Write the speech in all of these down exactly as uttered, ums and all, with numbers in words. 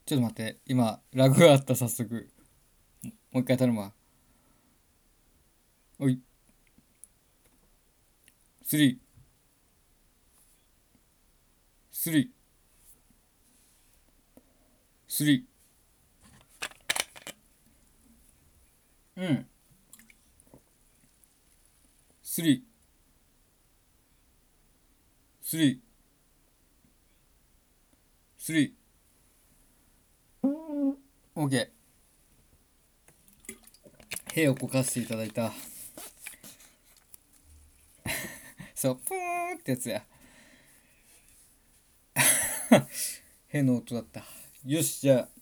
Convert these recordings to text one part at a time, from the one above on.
ちょっと待って、今、ラグがあった、早速。もう一回頼むわ。おい、スリー、スリー、スリー、うん、スリー、スリー、スリー、オーケー。兵をこかせていただいた。そう、プーンってやつや。兵の音だった。よし、じゃあ、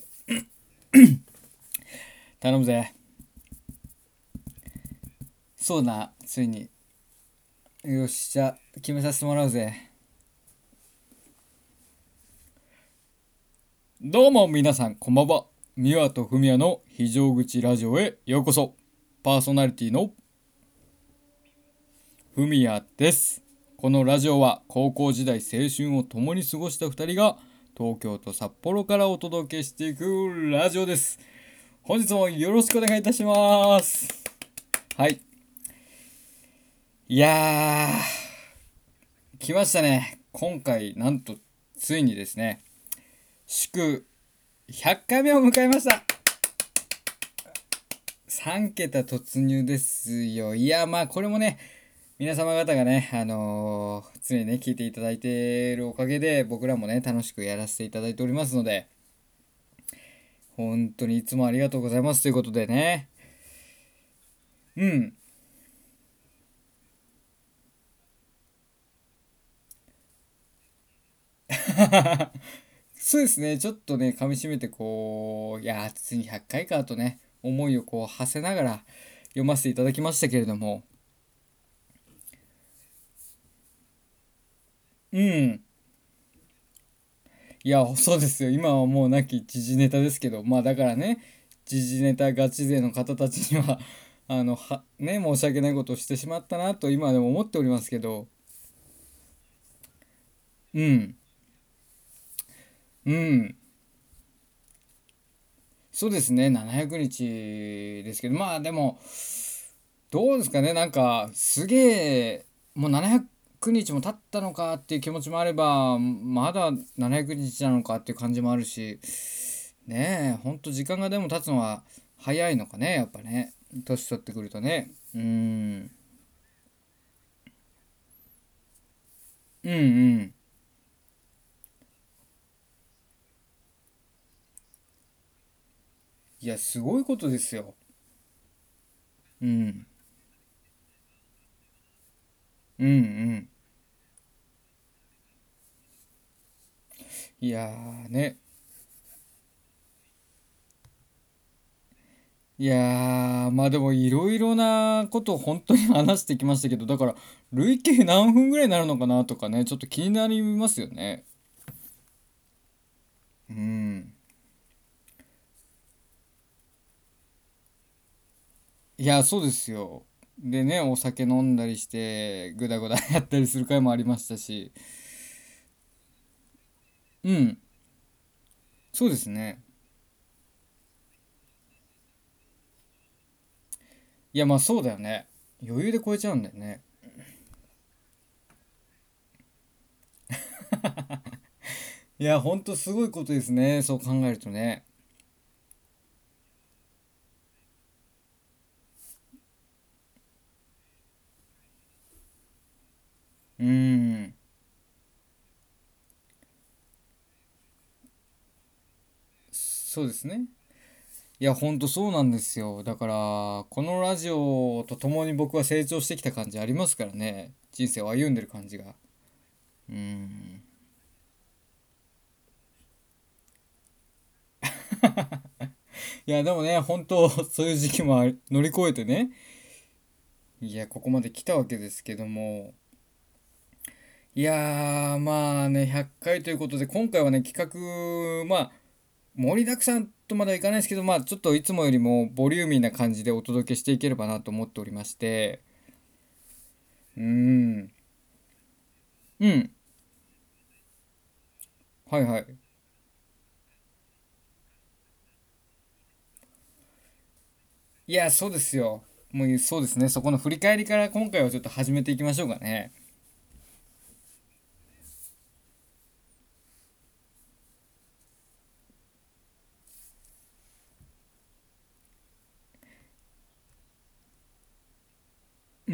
頼むぜ。そうな、ついに。よし、じゃあ、決めさせてもらうぜ。どうも皆さん、こんばんは。ミワとフミヤの非常口ラジオへようこそ。パーソナリティのフミヤです。このラジオは高校時代青春を共に過ごしたふたりが東京と札幌からお届けしていくラジオです。本日もよろしくお願いいたします。はい。いやー、来ましたね。今回なんとついにですね、祝ひゃっかいめを迎えました。さん桁突入ですよ。いや、まあこれもね、皆様方がね、あのー常にね、聞いていただいているおかげで、僕らもね、楽しくやらせていただいておりますので、本当にいつもありがとうございますということでね。うん。そうですね、ちょっとね、噛み締めてこう、いやー、ついにひゃっかいかとね、思いをこう、馳せながら読ませていただきましたけれども、うん。いや、そうですよ。今はもう亡き時事ネタですけど、まあだからね、時事ネタガチ勢の方たちには、あの、は、ね、申し訳ないことをしてしまったなと今でも思っておりますけど、うん、うん。そうですね、ななひゃくにちですけど、まあでも、どうですかね、なんか、すげえ、もうななひゃくにちも経ったのかっていう気持ちもあれば、まだななひゃくにちなのかっていう感じもあるし、ねえ、ほんと時間がでも経つのは早いのかね、やっぱね。年取ってくるとね。うーん。うんうん。いや、すごいことですよ。うん。うんうん。いやーね。いやー、まあでもいろいろなことを本当に話してきましたけど、だから累計何分ぐらいになるのかなとかね、ちょっと気になりますよね。うん。いや、そうですよ。でね、お酒飲んだりして、ぐだぐだやったりする回もありましたし。うん。そうですね。いや、まあそうだよね。余裕で超えちゃうんだよね。いや、ほんとすごいことですね。そう考えるとね。うーん。そうですね。いや、ほんとそうなんですよ。だから、このラジオと共に僕は成長してきた感じありますからね。人生を歩んでる感じが。うーん。いや、でもね、本当そういう時期もあり乗り越えてね。いや、ここまで来たわけですけども。いやー、まあね、ひゃっかいということで、今回はね、企画、まあ、盛りだくさんとまではいかないですけど、まあ、ちょっといつもよりもボリューミーな感じでお届けしていければなと思っておりまして、うーん。うん。はいはい。 いや、そうですよ。もうそうですね。そこの振り返りから今回はちょっと始めていきましょうかね。うん。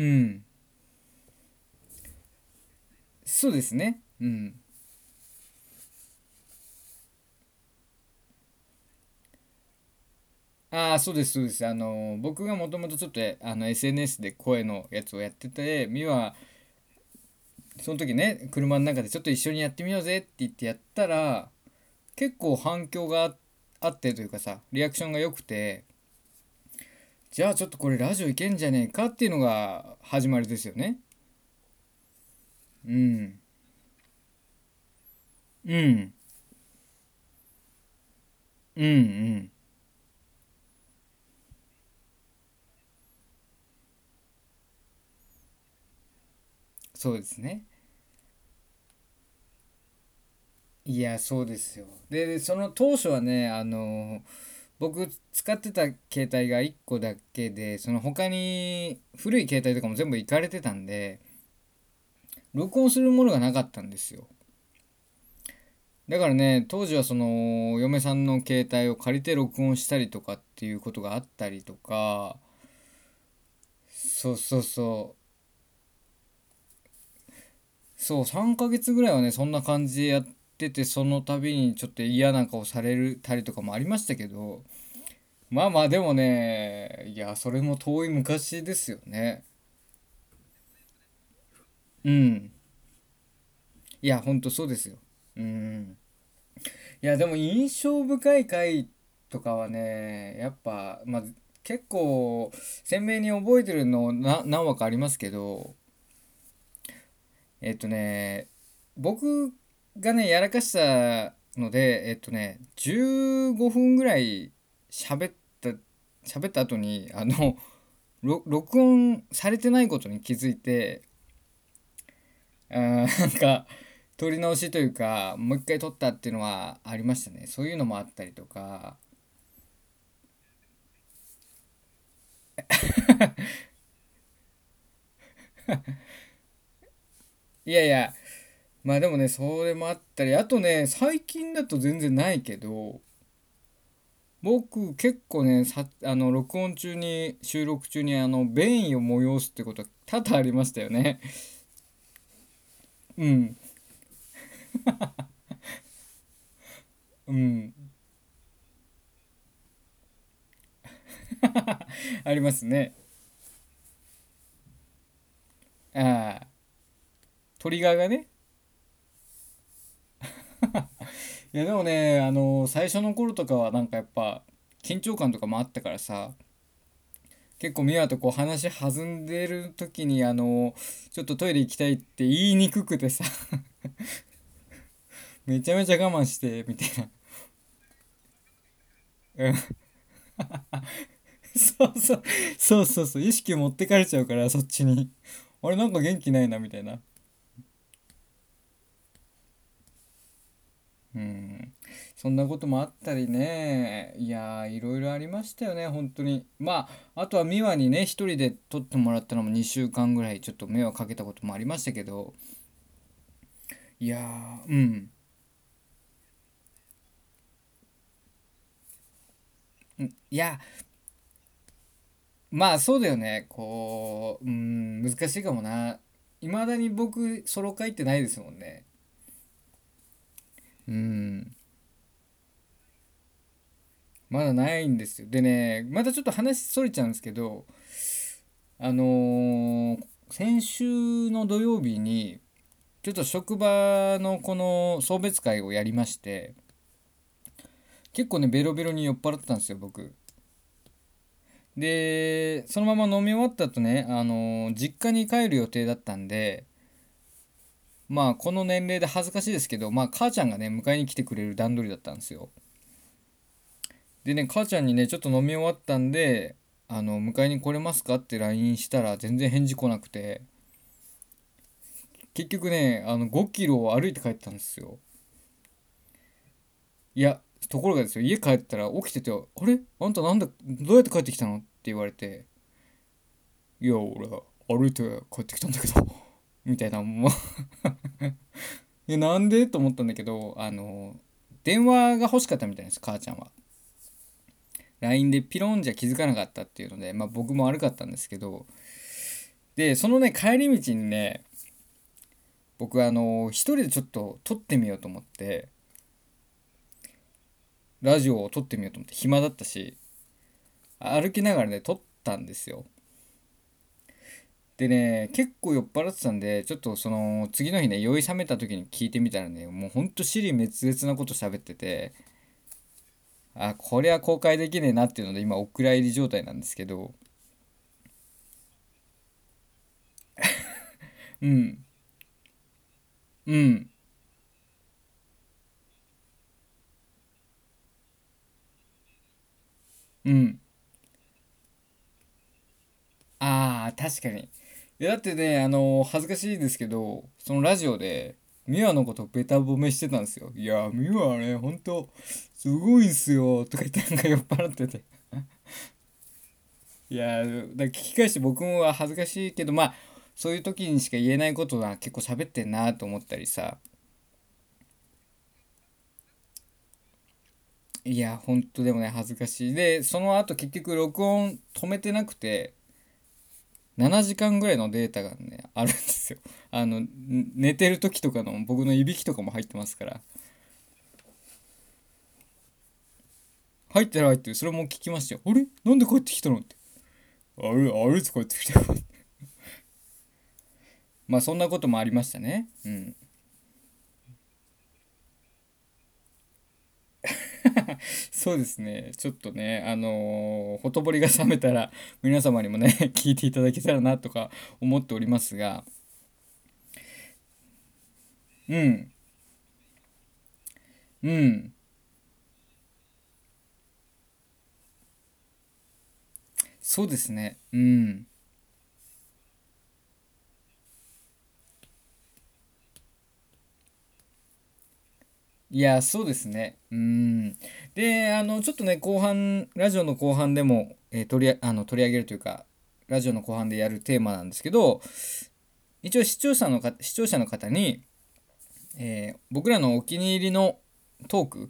そうですね。うん。ああ、そうです、そうです。あの、僕がもともとちょっとあの エスエヌエス で声のやつをやってて、ミワ、その時ね、車の中でちょっと一緒にやってみようぜって言ってやったら、結構反響があってというかさ、リアクションが良くて、じゃあちょっとこれラジオいけんじゃねえかっていうのが始まりですよね。うん。うん。うんうん。そうですね。いや、そうですよ。で、その当初はね、あの、僕使ってた携帯がいっこだけで、その他に古い携帯とかも全部行かれてたんで、録音するものがなかったんですよ。だからね、当時はその嫁さんの携帯を借りて録音したりとかっていうことがあったりとか、そうそうそう、そう、さんかげつぐらいはね、そんな感じでやってて、その度にちょっと嫌な顔されるたりとかもありましたけど、まあまあでもね、いや、それも遠い昔ですよね。うん。いや、ほんとそうですよ。うん。いや、でも印象深い回とかはね、やっぱ、まあ、結構鮮明に覚えてるのな何話かありますけど、えっとね、僕がね、やらかしたので、えっとね、じゅうごふんぐらい喋った、喋った後に、あの、ろ録音されてないことに気づいて、あーなんか、撮り直しというか、もう一回撮ったっていうのはありましたね。そういうのもあったりとか、いやいや、まあでもね、それもあったり、あとね、最近だと全然ないけど、僕結構ね、さ、あの、録音中に、収録中に、あの、便意を催すってことは多々ありましたよね。うん、うん。ありますね。ああ、トリガーがね。いやでもね、あの、最初の頃とかはなんかやっぱ、緊張感とかもあったからさ、結構ミワとこう話弾んでる時に、あの、ちょっとトイレ行きたいって言いにくくてさ、めちゃめちゃ我慢して、みたいな。うん。そうそう。そうそうそう。意識持ってかれちゃうから、そっちに。あれ、なんか元気ないな、みたいな。うん。そんなこともあったりね。いやー、いろいろありましたよね、本当に。まあ、あとは美和にね、一人で撮ってもらったのもにしゅうかんぐらいちょっと迷惑かけたこともありましたけど、いやー、うん。うん、いや、まあそうだよね。こう、うん、難しいかもな。未だに僕、ソロ会ってないですもんね。うん。まだないんですよ。でね、またちょっと話それちゃうんですけど、あのー先週の土曜日に、ちょっと職場のこの送別会をやりまして、結構ね、ベロベロに酔っ払ってたんですよ、僕。で、そのまま飲み終わった後ね、あのー実家に帰る予定だったんで、まあ、この年齢で恥ずかしいですけど、まあ、母ちゃんがね、迎えに来てくれる段取りだったんですよ。でね、母ちゃんにね、ちょっと飲み終わったんで、あの、迎えに来れますかって ライン したら全然返事来なくて、結局ね、あの、ごキロを歩いて帰ったんですよ。いや、ところがですよ、家帰ったら起きてて、あれあんたなんだ、どうやって帰ってきたのって言われて、いや俺歩いて帰ってきたんだけどみたいな、もういやなんでと思ったんだけど、あの電話が欲しかったみたいです、母ちゃんは。 ライン でピロンじゃ気づかなかったっていうので、まあ僕も悪かったんですけど、でそのね帰り道にね、僕あの一人でちょっと撮ってみようと思って、ラジオを撮ってみようと思って暇だったし、歩きながらね撮ったんですよ。でね結構酔っ払ってたんで、ちょっとその次の日ね酔い覚めた時に聞いてみたらね、もうほんと尻滅裂なこと喋ってて、あこれは公開できねえなっていうので今お蔵入り状態なんですけど。うんうんうん。あー確かに。いやだってね、あの恥ずかしいですけど、そのラジオでミワのことベタ褒めしてたんですよ。いやミワはねほんとすごいんすよとか言ってなんか酔っ払ってて、いやーだから聞き返して僕もは恥ずかしいけど、まあそういう時にしか言えないことは結構喋ってんなと思ったりさ。いやほんとでもね恥ずかしい。でその後結局録音止めてなくて、ななじかんぐらいのデータがねあるんですよ。あの寝てる時とかの僕のいびきとかも入ってますから。入ってる入ってる、それも聞きましたよ。あれなんで帰ってきたのって。あれあれいつ帰ってきたのまあそんなこともありましたね。うん。そうですね。ちょっとね、あのーほとぼりが冷めたら皆様にもね聞いていただけたらなとか思っておりますが。うん。うん。そうですね。うん。いや、そうですね。うん。で、あの、ちょっとね、後半、ラジオの後半でも、えー取りあ、あの、取り上げるというか、ラジオの後半でやるテーマなんですけど、一応視聴者のか、視聴者の方に、えー僕らのお気に入りのトーク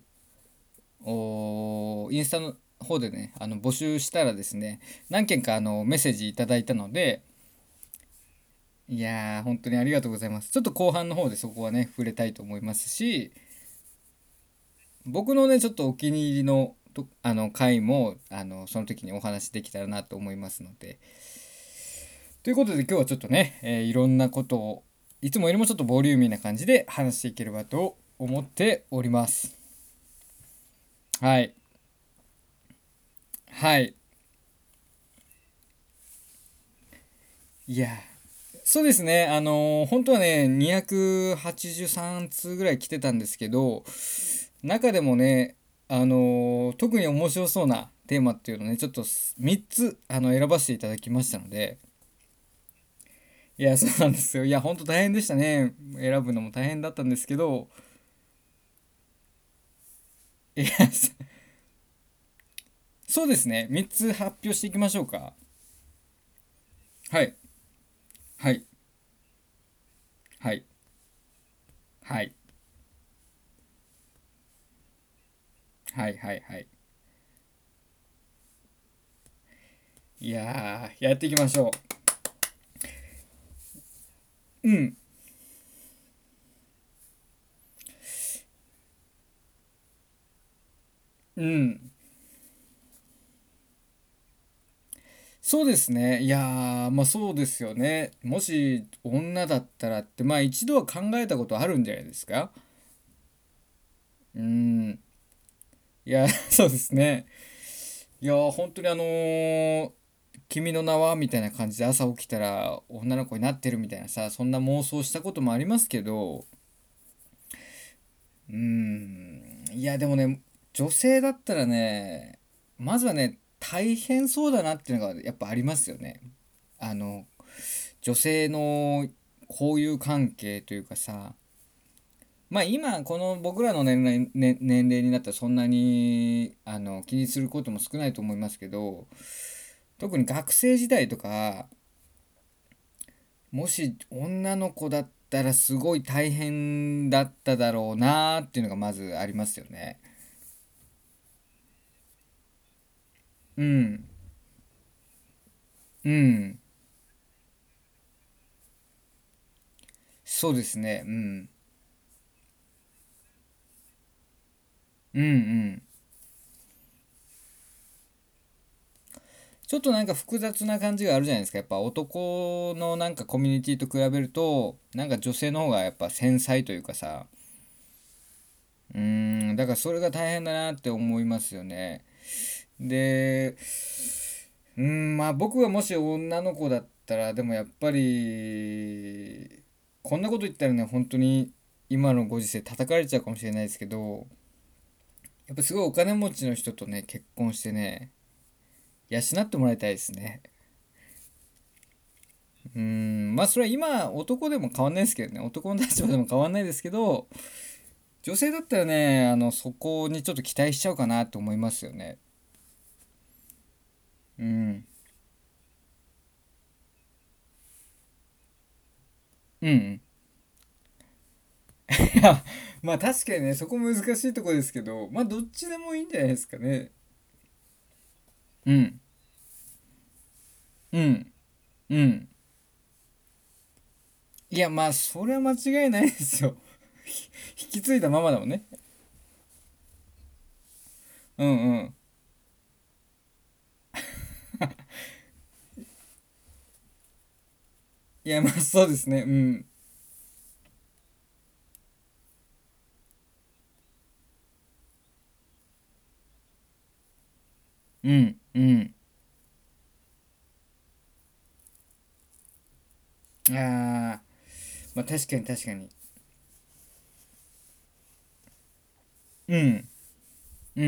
をインスタの方でね、あの募集したらですね、何件かあのメッセージいただいたので、いやー、本当にありがとうございます。ちょっと後半の方でそこはね、触れたいと思いますし、僕のね、ちょっとお気に入りのとあの回もあのその時にお話できたらなと思いますので。ということで今日はちょっとね、えーいろんなことをいつもよりもちょっとボリューミーな感じで話していければと思っております。はい。はい。いや、そうですね。あのー本当はね、にひゃくはちじゅうさん通ぐらい来てたんですけど、中でもね、あのー特に面白そうなテーマっていうのをね、ちょっとみっつあの選ばせていただきましたので、いや、そうなんですよ。いや、本当大変でしたね。選ぶのも大変だったんですけど、いや、そうですね。みっつ発表していきましょうか。はい。はい。はい。はい。はい。はい。はい。いやー、やっていきましょう。うん。うん。そうですね。いやー、まあそうですよね。もし女だったらって、まあ一度は考えたことあるんじゃないですか。うーん。いや、そうですね。いやー、本当にあのー君の名はみたいな感じで朝起きたら女の子になってるみたいなさ、そんな妄想したこともありますけど、うーん。いや、でもね、女性だったらね、まずはね、大変そうだなっていうのがやっぱありますよね。あの、女性の交友関係というかさ、まあ今この僕らの年齢、ね、年齢になったらそんなにあの気にすることも少ないと思いますけど、 特に学生時代とか、もし女の子だったらすごい大変だっただろうなーっていうのがまずありますよね。うん。うん。そうですね。うん。うんうん。ちょっとなんか複雑な感じがあるじゃないですか。やっぱ男のなんかコミュニティと比べると、なんか女性の方がやっぱ繊細というかさ、うーん、だからそれが大変だなって思いますよね。で、うーん、まあ僕はもし女の子だったら、でもやっぱり、こんなこと言ったらね、本当に今のご時世叩かれちゃうかもしれないですけど、やっぱすごいお金持ちの人とね、結婚してね、養ってもらいたいですね。うーん、まあそれは今男でも変わんないですけどね、男の立場でも変わんないですけど、女性だったらね、あの、そこにちょっと期待しちゃうかなと思いますよね。うん。うんうん。いや、まあ確かにね、そこ難しいとこですけど、まあどっちでもいいんじゃないですかね。うん。うん。うん。いや、まあそれは間違いないですよ。引き継いだままだもんね。うんうん。いや、まあそうですね。うん。うん。うん。ああ、まあ確かに確かに。うん。うんうん。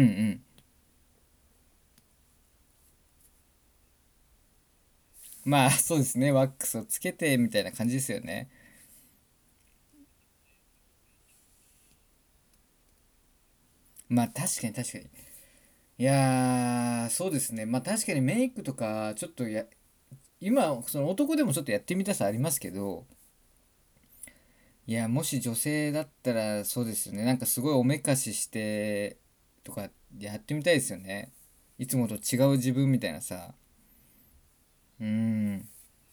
まあそうですね。ワックスをつけてみたいな感じですよね。まあ確かに確かに。いやー、そうですね。まあ確かにメイクとか、ちょっとや、今、その男でもちょっとやってみたさありますけど、いや、もし女性だったらそうですよね。なんかすごいおめかししてとかやってみたいですよね。いつもと違う自分みたいなさ。うーん。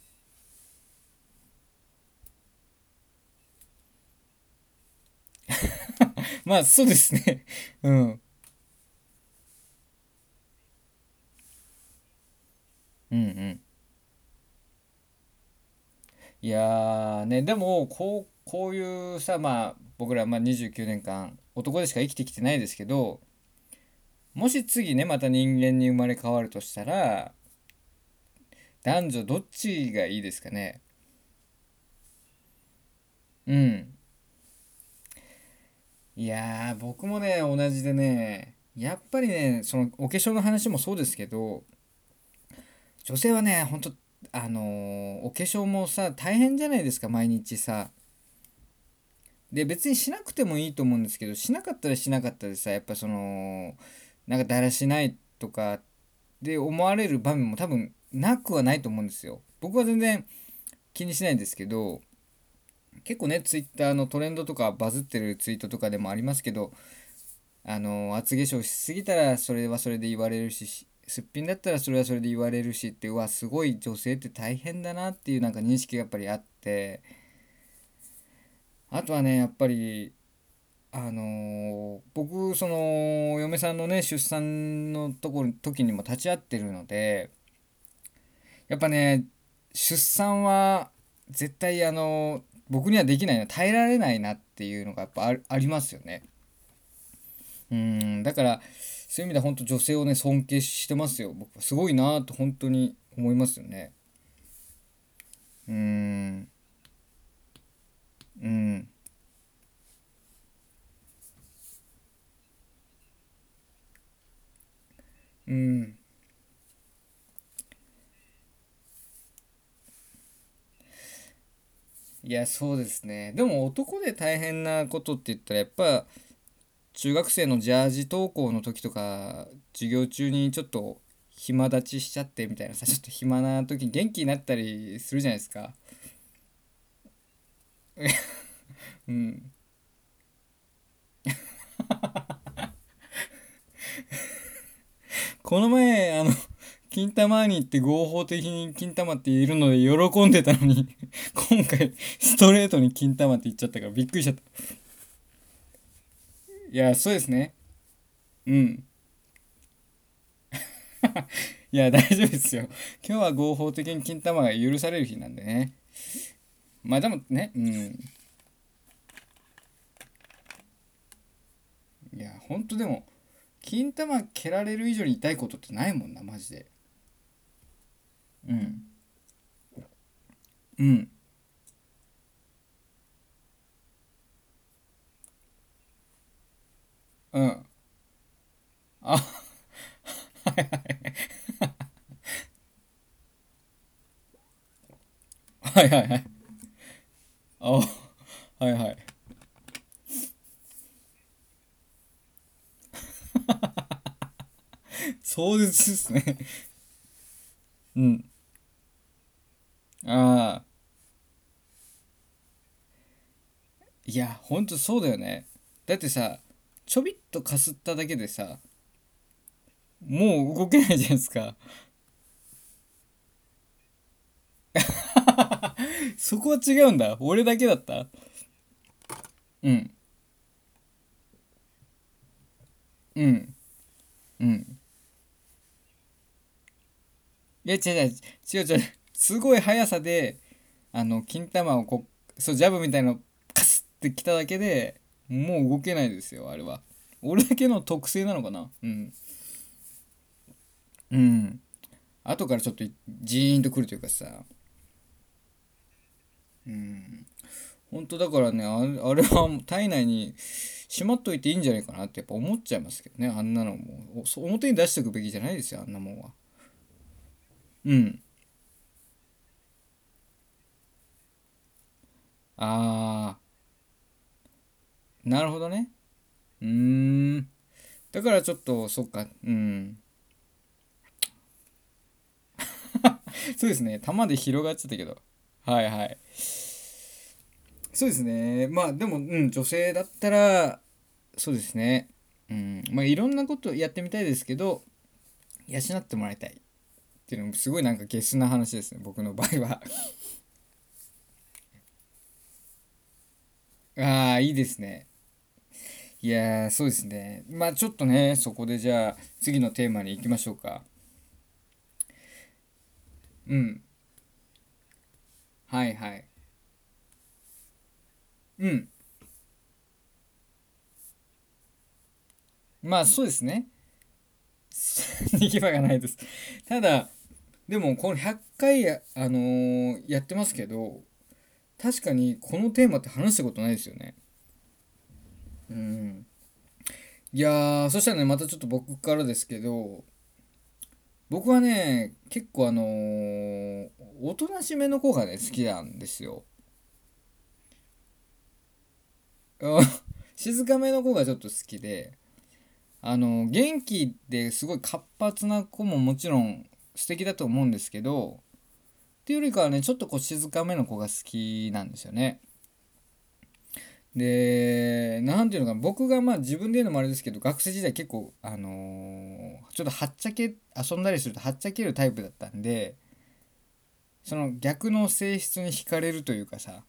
まあそうですね。うん。うんうん。いやーね、でもこう、こういうさ、まあ僕らまあにじゅうきゅうねんかん男でしか生きてきてないですけど、もし次ね、また人間に生まれ変わるとしたら、男女どっちがいいですかね。うん。いやー、僕もね、同じでね、やっぱりね、そのお化粧の話もそうですけど、女性はね、ほんと、あのーお化粧もさ、大変じゃないですか、毎日さ。で、別にしなくてもいいと思うんですけど、しなかったらしなかったでさ、やっぱその、なんかだらしないとかで思われる場面も多分なくはないと思うんですよ。僕は全然気にしないんですけど、結構ね、ツイッターのトレンドとかバズってるツイートとかでもありますけど、あの厚化粧しすぎたらそれはそれで言われるし、すっぴんだったらそれはそれで言われるしって、うわすごい女性って大変だなっていうなんか認識がやっぱりあって、あとはねやっぱりあのー僕その嫁さんのね出産のところ時にも立ち会ってるので、やっぱね出産は絶対あの僕にはできないな、耐えられないなっていうのがやっぱあるありますよね。うん、だからそういう意味では本当女性をね尊敬してますよ。僕はすごいなと本当に思いますよね。うん、うん、うん。いや、そうですね。でも男で大変なことって言ったらやっぱ中学生のジャージ登校の時とか授業中にちょっと暇立ちしちゃってみたいなさ、ちょっと暇な時に元気になったりするじゃないですか。うん。この前、あの、金玉に行って合法的に金玉って言えるので喜んでたのに今回ストレートに金玉って言っちゃったからびっくりしちゃった。いや、そうですね。うん。いや、大丈夫ですよ。今日は合法的に金玉が許される日なんでね。まあでもね、うん。いや、ほんとでも、金玉蹴られる以上に痛いことってないもんな、マジで。うん。うん。うん。あ、はいはいはい。あ、はいはい。壮絶ですね。うん。ああ。いや、ほんとそうだよね。だってさ、ちょびっとかすっただけでさ、もう動けないじゃないですか。そこは違うんだ。俺だけだった。うん。うん。うん。いや、違う違う、違う違う。すごい速さで、あの、金玉をこう、そう、ジャブみたいのカスってきただけでもう動けないですよ、あれは。俺だけの特性なのかな。うん。うん。後からちょっとジーンとくるというかさ。うん。本当だからね、あれ、あれは体内にしまっといていいんじゃないかなってやっぱ思っちゃいますけどね、あんなのも。おそう表に出しておくべきじゃないですよ、あんなもんは。うん。あー、なるほどね。うーん。だからちょっと、そっか、うん。そうですね、玉で広がっちゃったけど。はいはい。そうですね。まあでも、うん、女性だったら、そうですね。うん。まあいろんなことやってみたいですけど、養ってもらいたいっていうのもすごいなんかゲスな話ですね、僕の場合は。ああ、いいですね。いやー、そうですね。まあちょっとね、そこでじゃあ次のテーマに行きましょうか。うん。はいはい。うん。まあそうですね。逃げ場がないです。ただ、でもこのひゃっかいや、あのーやってますけど、確かにこのテーマって話したことないですよね。うん。いやー、そしたらね、またちょっと僕からですけど、僕はね、結構あのーおとなしめの子がね、好きなんですよ。うん静かめの子がちょっと好きで、あの、元気ですごい活発な子ももちろん素敵だと思うんですけど、っていうよりかはね、ちょっとこう静かめの子が好きなんですよね。で、なんていうのかな、僕がまあ自分で言うのもあれですけど、学生時代結構、あのーちょっとはっちゃけ、遊んだりするとはっちゃけるタイプだったんで、その逆の性質に惹かれるというかさ、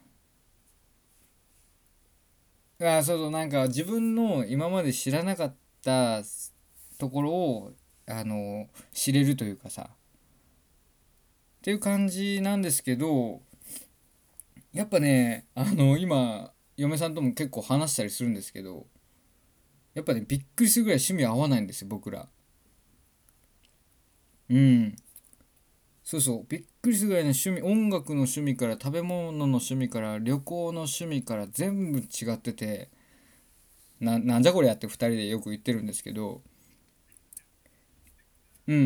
あ、そうそう、なんか自分の今まで知らなかったところを、あの知れるというかさ、っていう感じなんですけど、やっぱね、あの、今、嫁さんとも結構話したりするんですけど、やっぱね、びっくりするぐらい趣味合わないんですよ、僕ら。うん。そうそう、びっくりするぐらいね、趣味、音楽の趣味から食べ物の趣味から旅行の趣味から全部違ってて、な、なんじゃこりゃって二人でよく言ってるんですけど、うん。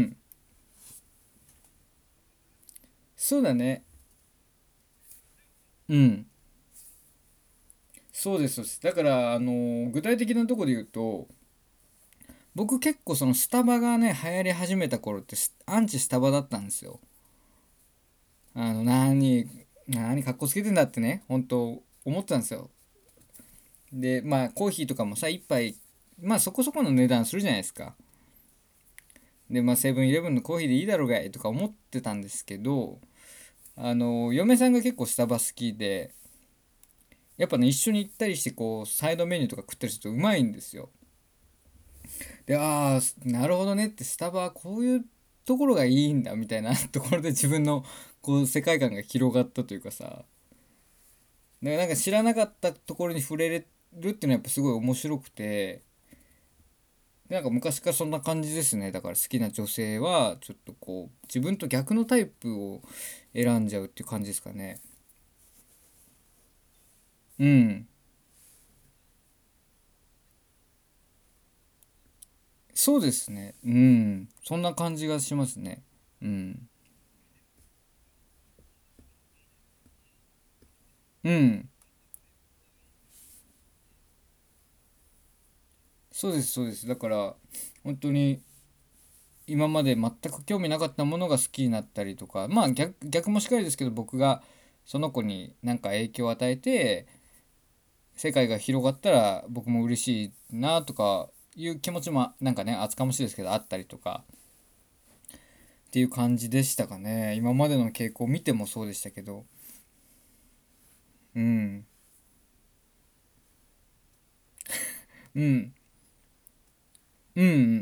そうだね。うん。そうです、そうです。だから、あの具体的なところで言うと、 僕結構そのスタバがね流行り始めた頃ってスアンチスタバだったんですよ。あの何何かっこつけてんだってね本当思ってたんですよ。でまあコーヒーとかもさ一杯まあそこそこの値段するじゃないですか。でまあセブンイレブンのコーヒーでいいだろうがいとか思ってたんですけど、あの嫁さんが結構スタバ好きで、やっぱね一緒に行ったりしてこうサイドメニューとか食ったりするとうまいんですよ。で、ああなるほどねって、スタバはこういうところがいいんだみたいなところで自分のこう世界観が広がったというかさ、だからなんか知らなかったところに触れれるっていうのはやっぱすごい面白くて、なんか昔からそんな感じですね。だから好きな女性はちょっとこう自分と逆のタイプを選んじゃうっていう感じですかね。うん。そうですね。うん。そんな感じがしますね。うん。うん。そうです、そうです。だから、本当に今まで全く興味なかったものが好きになったりとか、まあ逆、逆もしかりですけど、僕がその子に何か影響を与えて、世界が広がったら僕も嬉しいなとかいう気持ちもなんかね、厚かましいですけど、あったりとかっていう感じでしたかね。今までの傾向を見てもそうでしたけど。うん。うん。うん。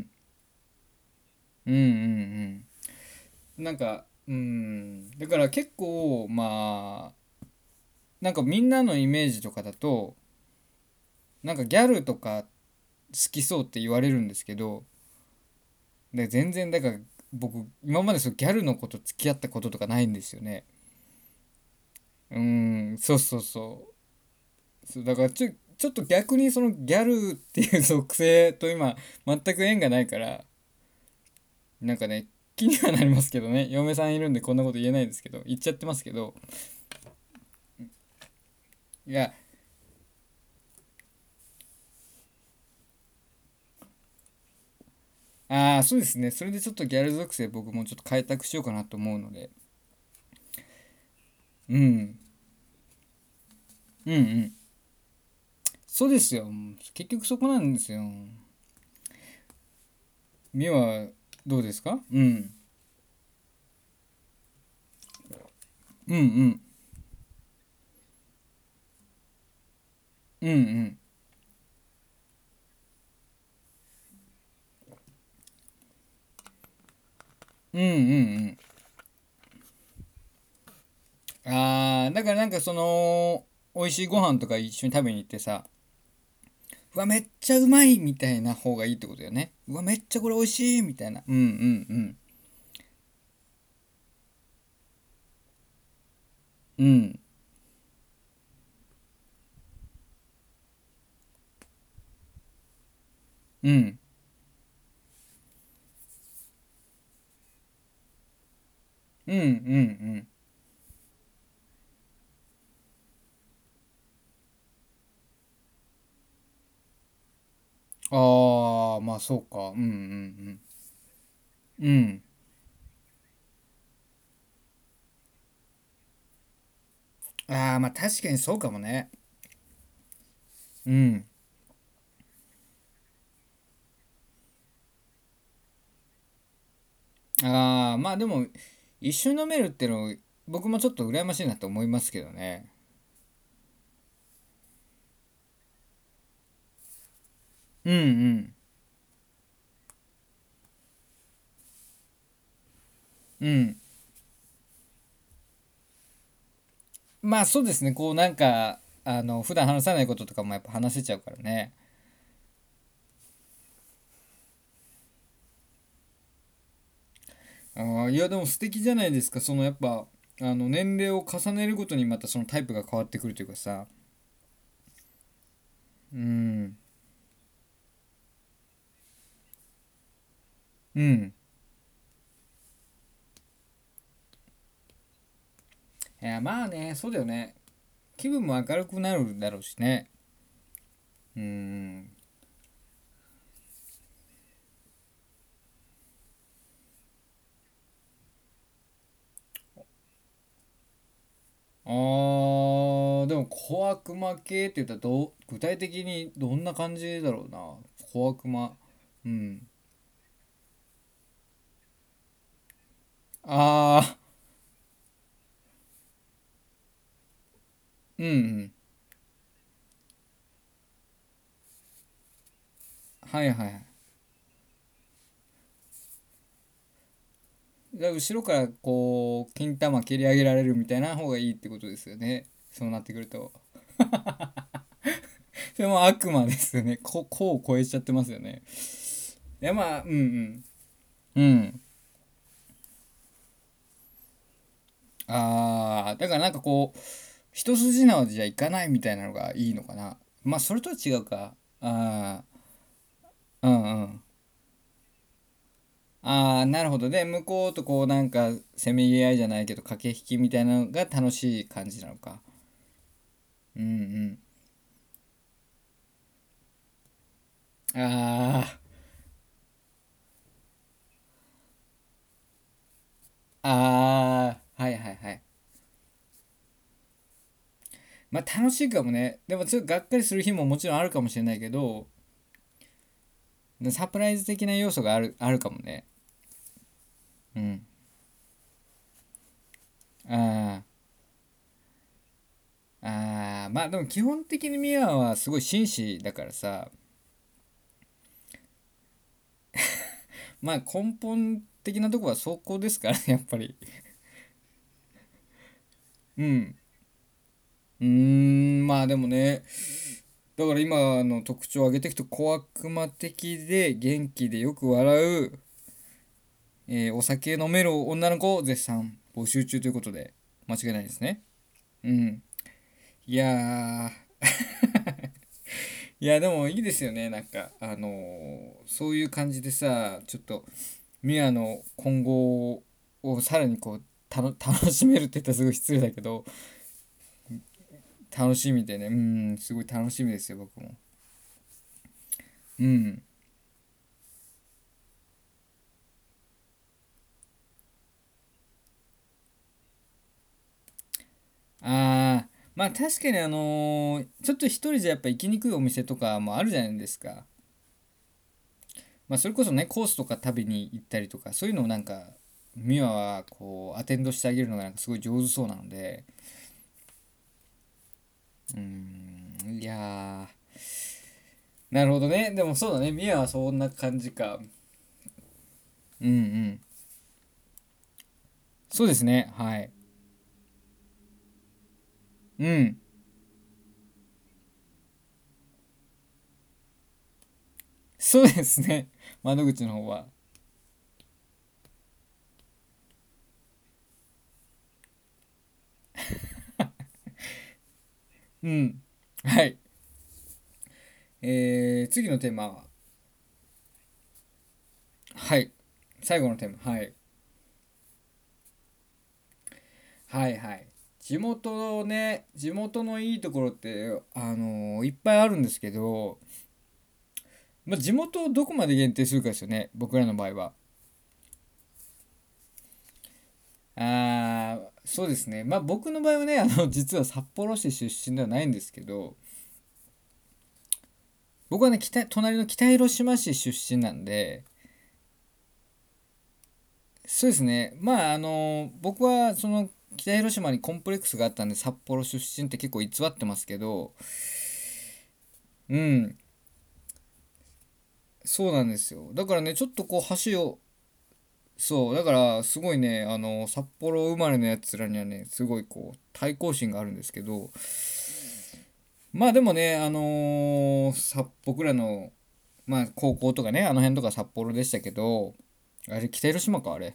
うんうんうん。なんか、うん。だから結構、まあ、なんかみんなのイメージとかだと、なんかギャルとか好きそうって言われるんですけど、で全然だから僕今までそのギャルの子と付き合ったこととかないんですよね。うーん、そうそうそう。そうだからちょ、ちょっと逆にそのギャルっていう属性と今全く縁がないから、なんかね、気にはなりますけどね。嫁さんいるんでこんなこと言えないですけど、言っちゃってますけど、いや、ああ、そうですね。それでちょっとギャル属性僕もちょっと開拓しようかなと思うので、うん、うんうん。そうですよ。結局そこなんですよ。みはどうですか？うん。うんうん。うんうん。うんうんうん。あー、だからなんかその、美味しいご飯とか一緒に食べに行ってさ、うわ、めっちゃうまいみたいな方がいいってことだよね。うわ、めっちゃこれ美味しいみたいな。うんうんうん。うん。うん。うんうんうん。ああ、まあそうか。うんうんうん。うん。ああ、まあ確かにそうかもね。うん。ああ、まあでも、一緒に飲めるっての、僕もちょっと羨ましいなと思いますけどね。うんうん。うん。まあそうですね。こうなんか、あの、普段話さないこととかもやっぱ話せちゃうからね。ああ、いやでも素敵じゃないですか。そのやっぱ、あの、年齢を重ねるごとにまたそのタイプが変わってくるというかさ。うん。うん。いや、まあね、そうだよね。気分も明るくなるだろうしね。うん。 あー、でも小悪魔系って言ったらどう、具体的にどんな感じだろうな。小悪魔。うん。あー、うんうん。はいはいはい。だから後ろからこう、金玉蹴り上げられるみたいな方がいいってことですよね。そうなってくると。それも悪魔ですよね。こ、こう超えちゃってますよね。いやまあ、うんうん。うん。あー、だからなんかこう、一筋縄じゃいかないみたいなのがいいのかな。まあ、それとは違うか。あー、うんうん。ああ、なるほど。で、向こうとこうなんか、せめぎ合いじゃないけど、駆け引きみたいなのが楽しい感じなのか。うんうん。ああ、ああ、はいはいはい。まあ楽しいかもね。でもちょっとがっかりする日ももちろんあるかもしれないけど、サプライズ的な要素がある、あるかもね。うん。ああ、ああ、まあでも基本的にミアはすごい紳士だからさ、まあ根本的なとこはそこですからね、やっぱり。うん。うーん、まあでもね、だから今の特徴を挙げていくと小悪魔的で元気でよく笑う、えーお酒飲める女の子を絶賛募集中ということで間違いないですね。うん。いやー、いやでもいいですよね。なんかあのーそういう感じでさ、ちょっとミアの今後をさらにこうたの楽しめるって言ったらすごい失礼だけど、楽しみでね、うん、すごい楽しみですよ僕も。うん。ああ、まあ確かにあのーちょっと一人じゃやっぱ行きにくいお店とかもあるじゃないですか。まあそれこそね、コースとか食べに行ったりとか、そういうのをなんか、ミワはこう、アテンドしてあげるのがなんかすごい上手そうなので、うーん、いやー、なるほどね。でもそうだね、ミワはそんな感じか。うんうん。そうですね、はい。うん、そうですね。窓口の方は。うん。はい。えー、次のテーマは、はい。最後のテーマ、はい。はいはい。地元のね、地元のいいところって、あのーいっぱいあるんですけど、まあ、地元をどこまで限定するかですよね、僕らの場合は。あー、そうですね。まあ僕の場合はね、あの、実は札幌市出身ではないんですけど、僕はね、北、隣の北広島市出身なんで、そうですね。まああの、僕はその北広島にコンプレックスがあったんで、札幌出身って結構偽ってますけど、うん、そうなんですよ。だからね、ちょっとこう橋を、そう、だからすごいね、あの、札幌生まれのやつらにはね、すごいこう、対抗心があるんですけど、まあでもね、あのーさ僕らの、まあ高校とかね、あの辺とか札幌でしたけど、あれ、北広島か、あれ。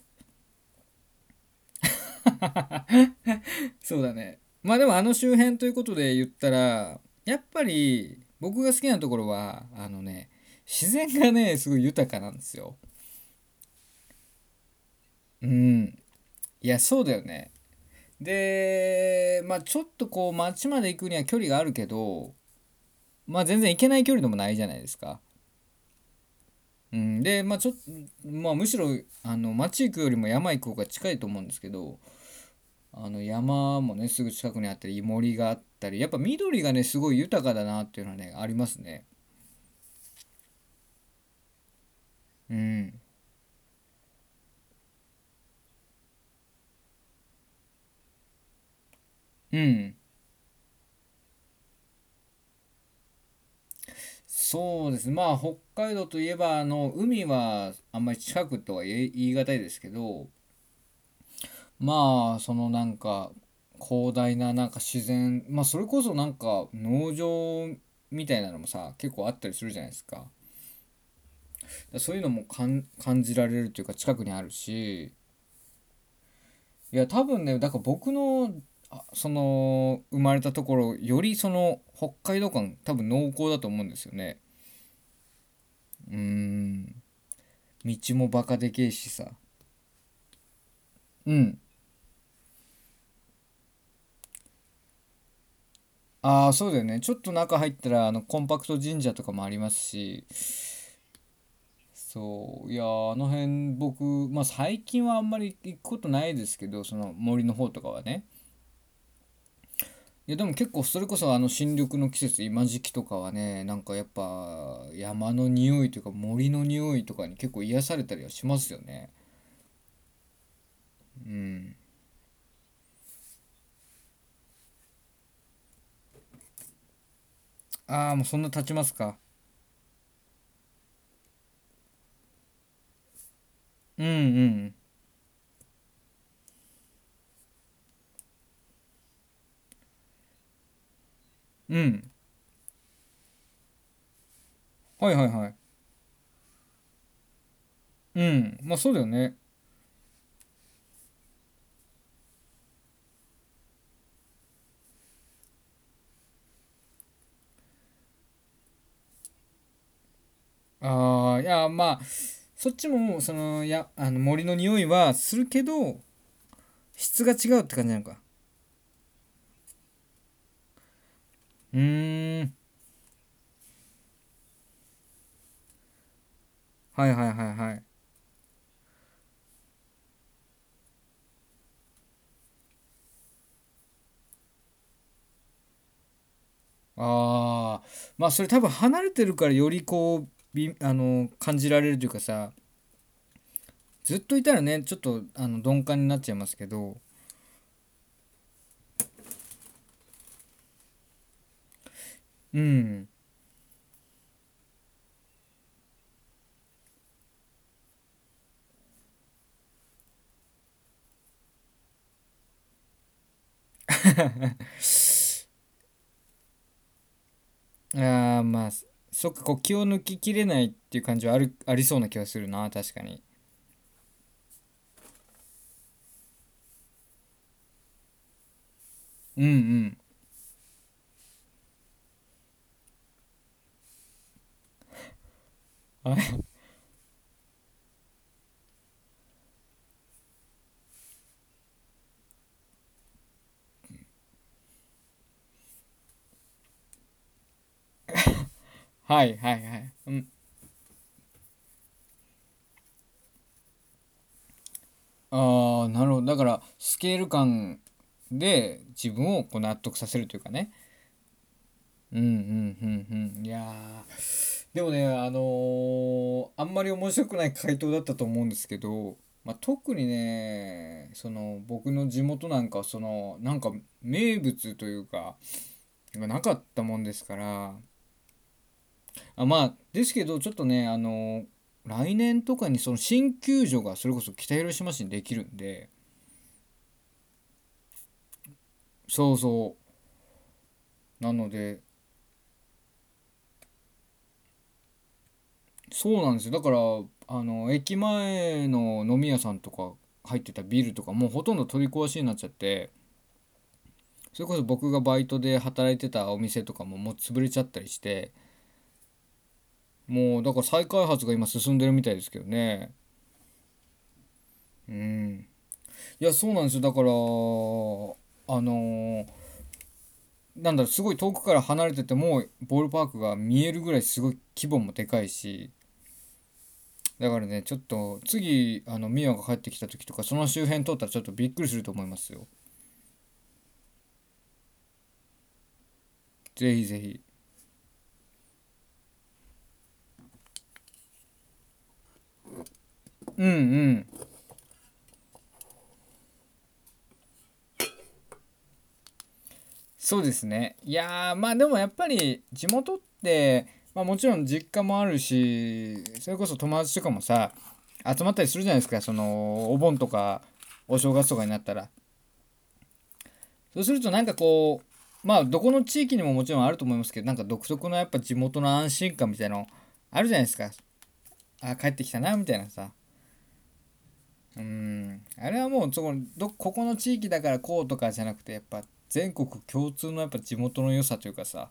そうだね。まあでもあの周辺ということで言ったら、やっぱり僕が好きなところは、あのね、自然がね、すごい豊かなんですよ。うん。いや、そうだよね。で、まあちょっとこう街まで行くには距離があるけど、まあ全然行けない距離でもないじゃないですか。うん、で、まあちょっと、まあむしろあの街行くよりも山行く方が近いと思うんですけど、 あの山もねすぐ近くにあったり森があったりやっぱ緑がねすごい豊かだなっていうのはねありますね。うん。うん。そうですね。まあ北海道といえばあの海はあんまり近くとは言い言い難いですけど、まあそのなんか広大ななんか自然、まあそれこそなんか農場みたいなのもさ結構あったりするじゃないですか。だからそういうのも感感じられるというか近くにあるし、いや多分ねだから僕のあその生まれたところよりその北海道感多分濃厚だと思うんですよね。うーん。道もバカでけえしさ。うん。ああ、そうだよね。ちょっと中入ったら、あの、コンパクト神社とかもありますし、そう、いやー、あの辺僕、まあ最近はあんまり行くことないですけど、その森の方とかはね。いや、でも結構それこそあの新緑の季節、今時期とかはね、なんかやっぱ山の匂いというか森の匂いとかに結構癒されたりはしますよね。うん。ああ、もうそんな経ちますか。うんうん。うん。はいはいはい。うん。まあそうだよね。ああ、いや、まあ、そっちも、その、や、あの森の匂いはするけど、質が違うって感じなのか。うーん。はいはいはいはい。ああ、まあそれ多分離れてるからよりこう、び、あの、感じられるというかさ、ずっといたらね、ちょっと、あの、鈍感になっちゃいますけど、うん。ああ、まあ、そっか、こう気を抜ききれないっていう感じはある、ありそうな気がするな、確かに。うんうん。はいはいはいはい。うん。ああ、なるほど。だから、スケール感で自分をこう納得させるというかね。うんうんうんうん。いやー、でもね、あのーあんまり面白くない回答だったと思うんですけど、まあ、特にね、その僕の地元なんかはそのなんか名物というかがなかったもんですから、あ、まあですけどちょっとね、あのー来年とかにその新球場がそれこそ北広島市にできるんで、そうそう、なのでそうなんですよ。だから、あの、駅前の飲み屋さんとか入ってたビルとかもうほとんど取り壊しになっちゃって、それこそ僕がバイトで働いてたお店とかももう潰れちゃったりして、もうだから再開発が今進んでるみたいですけどね。うん。いや、そうなんですよ。だから、あのーなんだろう、すごい遠くから離れててもボールパークが見えるぐらいすごい規模もでかいし、だからね、ちょっと次、あの、ミワが帰ってきた時とか、その周辺通ったらちょっとびっくりすると思いますよ。 ぜひぜひ。うんうん。そうですね。いやー、まあでもやっぱり地元って、まあもちろん実家もあるし、それこそ友達とかもさ、集まったりするじゃないですか。その、お盆とか、お正月とかになったら。そうするとなんかこう、まあどこの地域にももちろんあると思いますけど、なんか独特のやっぱ地元の安心感みたいなのあるじゃないですか。あ、帰ってきたな、みたいなさ。うん。あれはもうそこ、ど、ここの地域だからこうとかじゃなくて、やっぱ全国共通のやっぱ地元の良さというかさ、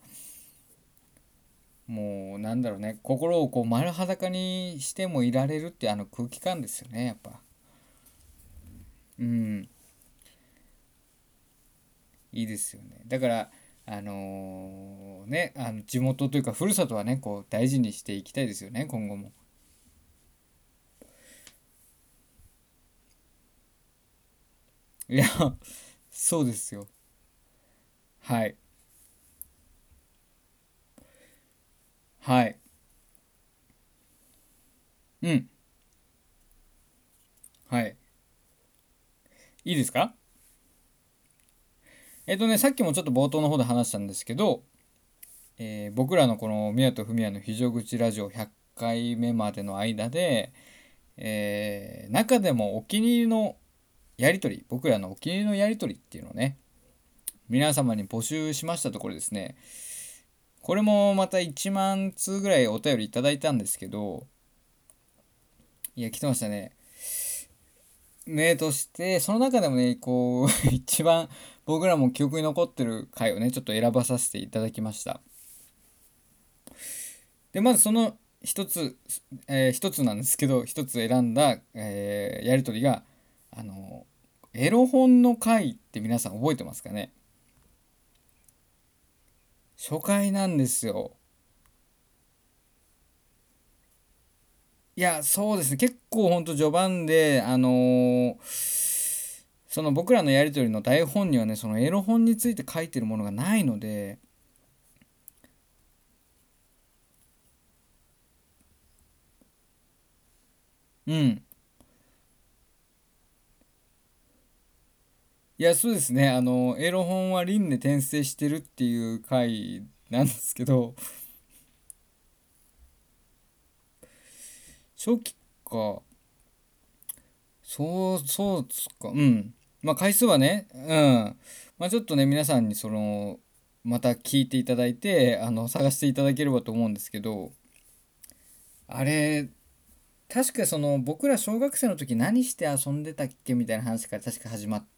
もうなんだろうね、心をこう丸裸にしてもいられるってあの空気感ですよね、やっぱ。うん、いいですよね。だから、あのーね、あの地元というか、ふるさとはね、こう大事にしていきたいですよね、今後も。いや、そうですよ。はい。はい。うん。はい。いいですか？えっとね、さっきもちょっと冒頭の方で話したんですけど、えー僕らのこの宮と文也の非常口ラジオひゃっかいめまでの間で、えー中でもお気に入りのやり取り、僕らのお気に入りのやり取りっていうのをね、皆様に募集しましたところですね、これもまたいちまん通ぐらいお便りいただいたんですけど、いや、来てましたね。ね、として、その中でもね、こう、一番僕らも記憶に残ってる回をね、ちょっと選ばさせていただきました。で、まずその一つ、えー一つなんですけど、一つ選んだ、えーやり取りが、あの、エロ本の回って皆さん覚えてますかね？初回なんですよ。いや、そうですね。結構ほんと序盤で、あのーその僕らのやり取りの台本にはね、そのエロ本について書いてるものがないので、うん。いや、そうですね。あの、エロ本は輪廻転生してるっていう回なんですけど、初期か。そう、そうっすか。うん。まあ、回数はね、うん。まあ、ちょっとね、皆さんにその、また聞いていただいて、あの、探していただければと思うんですけど、あれ、確かその、僕ら小学生の時何して遊んでたっけみたいな話から確か始まって、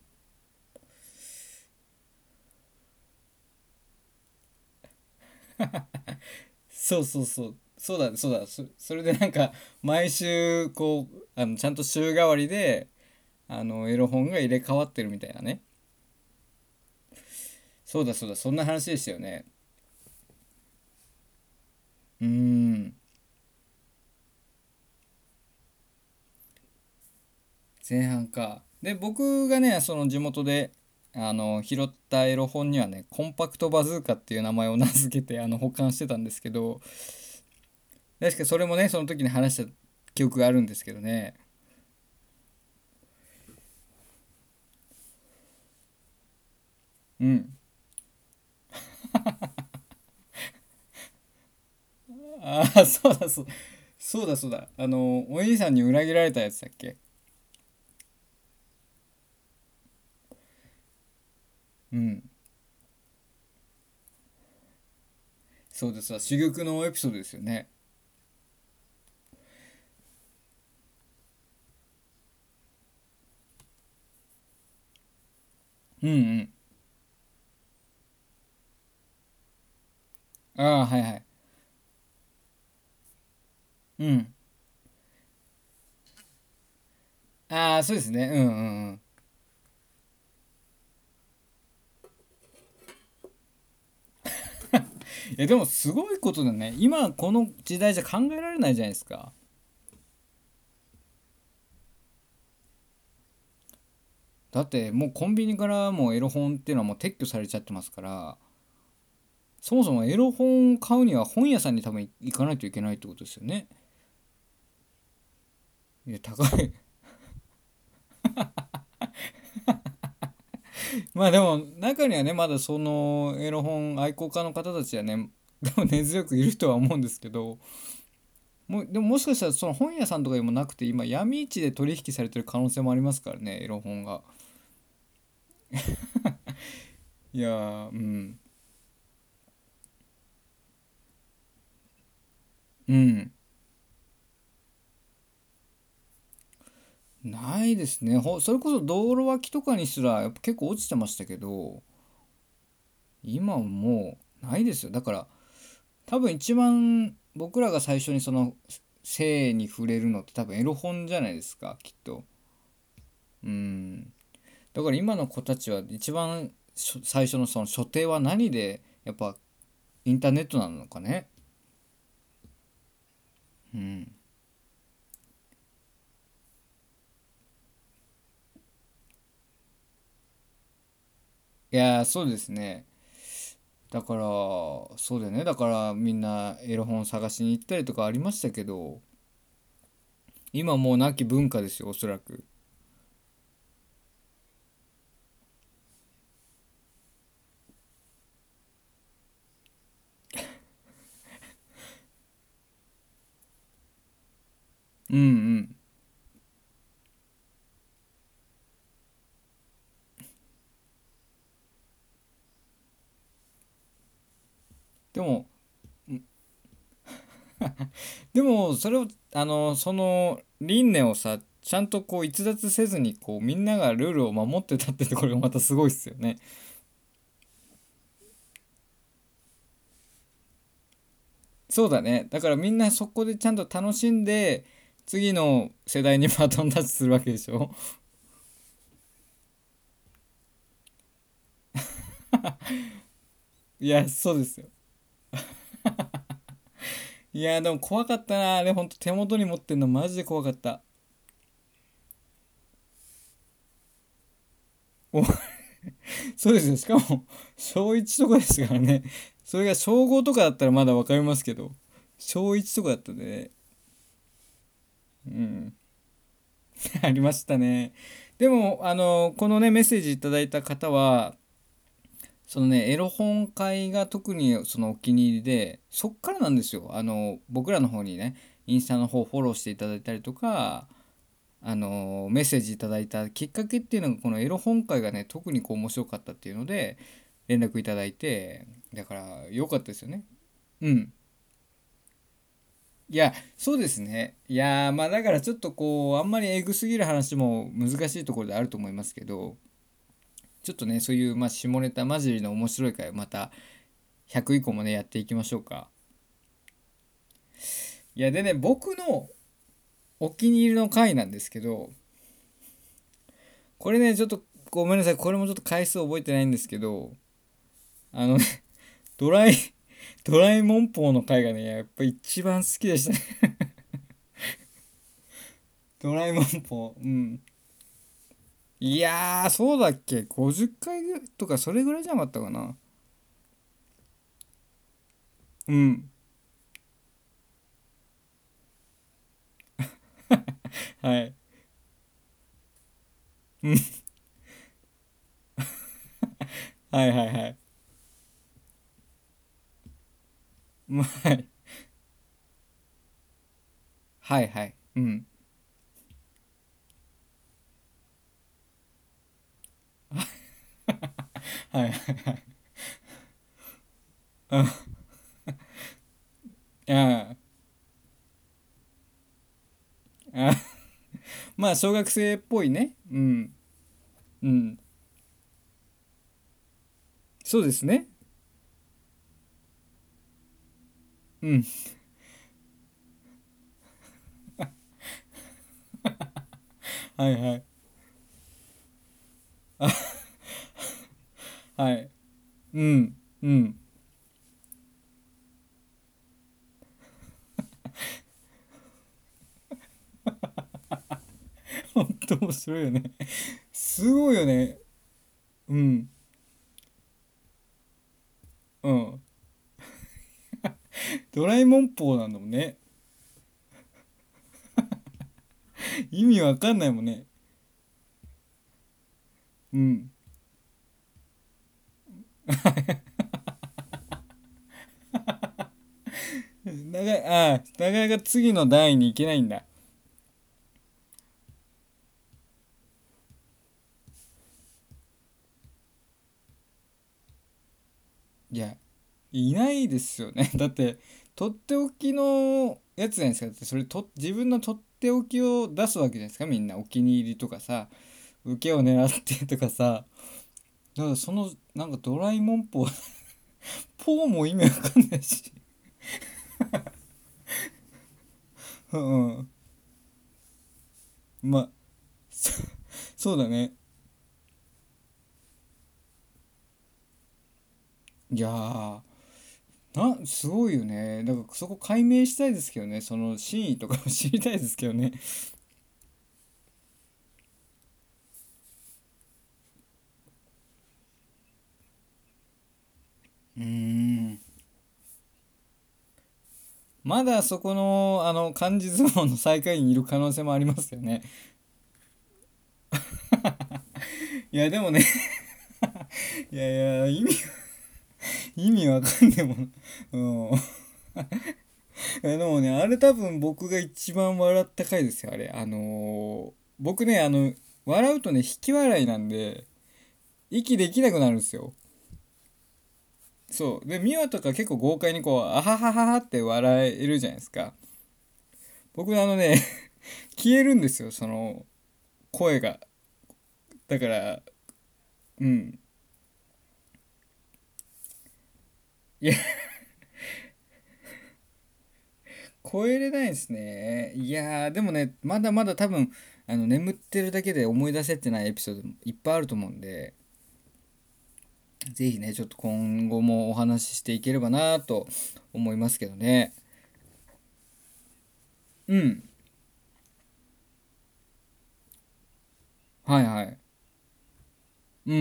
そうそうそう、そうだ、そうだ、そ、それでなんか、毎週、こう、あの、ちゃんと週替わりで、あの、エロ本が入れ替わってるみたいなね。そうだそうだ、そんな話でしたよね。うーん。前半か。で、僕がね、その地元で、あの、拾ったエロ本にはね、コンパクトバズーカっていう名前を名付けて、あの、保管してたんですけど、確かそれもね、その時に話した記憶があるんですけどね。うん。ああ、そうだそう。そうだそうだ。あの、お兄さんに裏切られたやつだっけ？うん。そうですわ。珠玉のエピソードですよね。うんうん。ああ、はいはい。うん。ああ、そうですね。うんうんうん。いや、でもすごいことだね。今この時代じゃ考えられないじゃないですか。だってもうコンビニからもうエロ本っていうのはもう撤去されちゃってますから、 そもそもエロ本買うには本屋さんに多分行かないといけないってことですよね。いや、高い。まあでも中にはね、まだそのエロ本愛好家の方たちはね、でも根強くいるとは思うんですけど、もうでももしかしたらその本屋さんとかでもなくて今闇市で取引されてる可能性もありますからね、エロ本が。いやー、うん。うん。ないですね。ほそれこそ道路脇とかにすらやっぱ結構落ちてましたけど、今はもうないですよ。だから多分一番僕らが最初にその性に触れるのって多分エロ本じゃないですか、きっと。うん。だから今の子たちは一番しょ最初のその初手は何でやっぱインターネットなのかね。うん。いやー、そうですね。だからそうだよね。だからみんなエロ本探しに行ったりとかありましたけど、今もうなき文化ですよ、おそらく。うんうん。でも、でもそれを、あの、その輪廻をさ、ちゃんとこう逸脱せずにこうみんながルールを守ってたってところがまたすごいっすよね。そうだね。だからみんなそこでちゃんと楽しんで、次の世代にバトンタッチするわけでしょ。いや、そうですよ。いや、でも怖かったな。あれほんと手元に持ってんのマジで怖かった。お、そうですよ。しかも、小いちとかですからね。それが小ごとかだったらまだわかりますけど、小いちとかだったんでね。うん。ありましたね。でも、あの、このね、メッセージいただいた方は、そのね、エロ本会が特にそのお気に入りで、そっからなんですよ。あの、僕らの方にね、インスタの方フォローしていただいたりとか、あの、メッセージいただいたきっかけっていうのが、このエロ本会がね、特にこう面白かったっていうので、連絡いただいて、だから良かったですよね。うん。いや、そうですね。いやー、まあだからちょっとこう、あんまりエグすぎる話も難しいところであると思いますけど、ちょっとね、そういう、まあ、下ネタ混じりの面白い回をまたひゃく以降もね、やっていきましょうか。いや、でね、僕のお気に入りの回なんですけど、これね、ちょっとごめんなさい。これもちょっと回数覚えてないんですけど、あのね、ドライ、ドラえもんぽの回がね、やっぱ一番好きでしたね。ドラえもんぽ。うん。いやー、そうだっけ？ ごじゅっ 回ぐとかそれぐらいじゃなかったかな。うん。はい。うん。はいはいはい。まあはい。はいはい。うん。はいはいはい。うん。ああ。あ、まあ、小学生っぽいね。うん。うん。そうですね。うん。はいはい。はい。うん。うん。ほんと面白いよね。すごいよね。うん。うん。 ドラえもんぽなんだもんね。意味わかんないもんね。うん。なかああ、なかなか次の段位に行けないんだ。いや、いないですよね。だって、とっておきのやつじゃないですか。だってそれと、自分のとっておきを出すわけじゃないですか。みんなお気に入りとかさ、受けを狙ってとかさ。だからその、なんかドラえもんポー、ポーも意味わかんないし。うんうん。まあ、そそうだね。いやー、な、すごいよね。だからそこ解明したいですけどね。その真意とかも知りたいですけどね。うーん。まだそこの、あの、漢字相撲の最下位にいる可能性もありますよね。いや、でもね、いやいや、意味、意味わかんねえもん。うん。いやでもね、あれ多分僕が一番笑った回ですよ、あれ。あのー僕ね、あの、笑うとね、引き笑いなんで、息できなくなるんですよ。そう。で、ミワとか結構豪快にこう、あははははって笑えるじゃないですか。僕あのね、消えるんですよ、その、声が。だから、うん。いや、超えれないですね。いやー、でもね、まだまだ多分、あの、眠ってるだけで思い出せてないエピソードもいっぱいあると思うんで、ぜひね、ちょっと今後もお話ししていければなと思いますけどね。うん。はいはい。うん。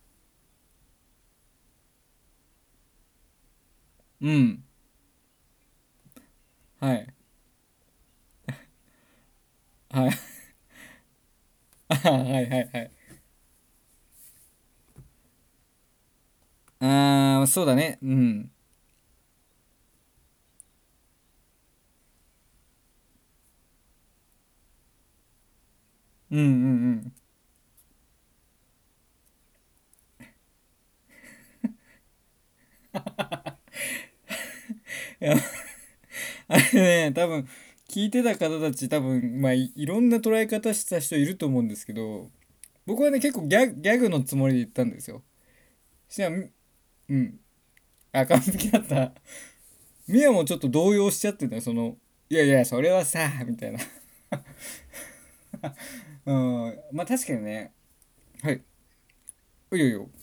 うん。はい。はい。はいはいはい。あー、そうだね。うん。うんうんうん。いや、あれね、多分、聞いてた方たち多分、まあ、い、いろんな捉え方した人いると思うんですけど、僕はね、結構ギャグ、ギャグのつもりで言ったんですよ。そしたら、みうん。あ、完璧だった。ミヤもちょっと動揺しちゃってたよ、その、いやいや、それはさ、みたいな。うん。まあ確かにね。はい。いよいよ。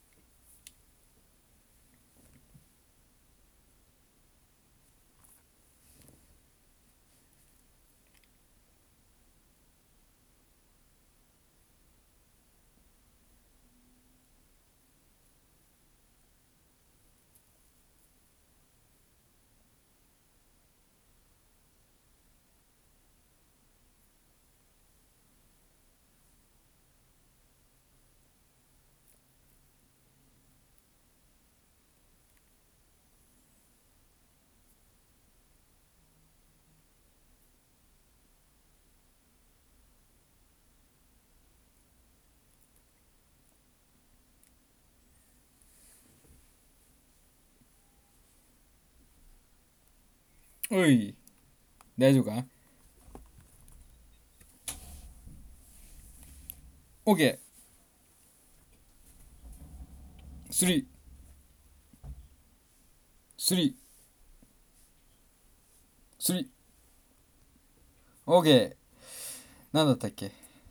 おい。大丈夫か？ OK。スリー、スリー、スリー。OK。なんだったっけ？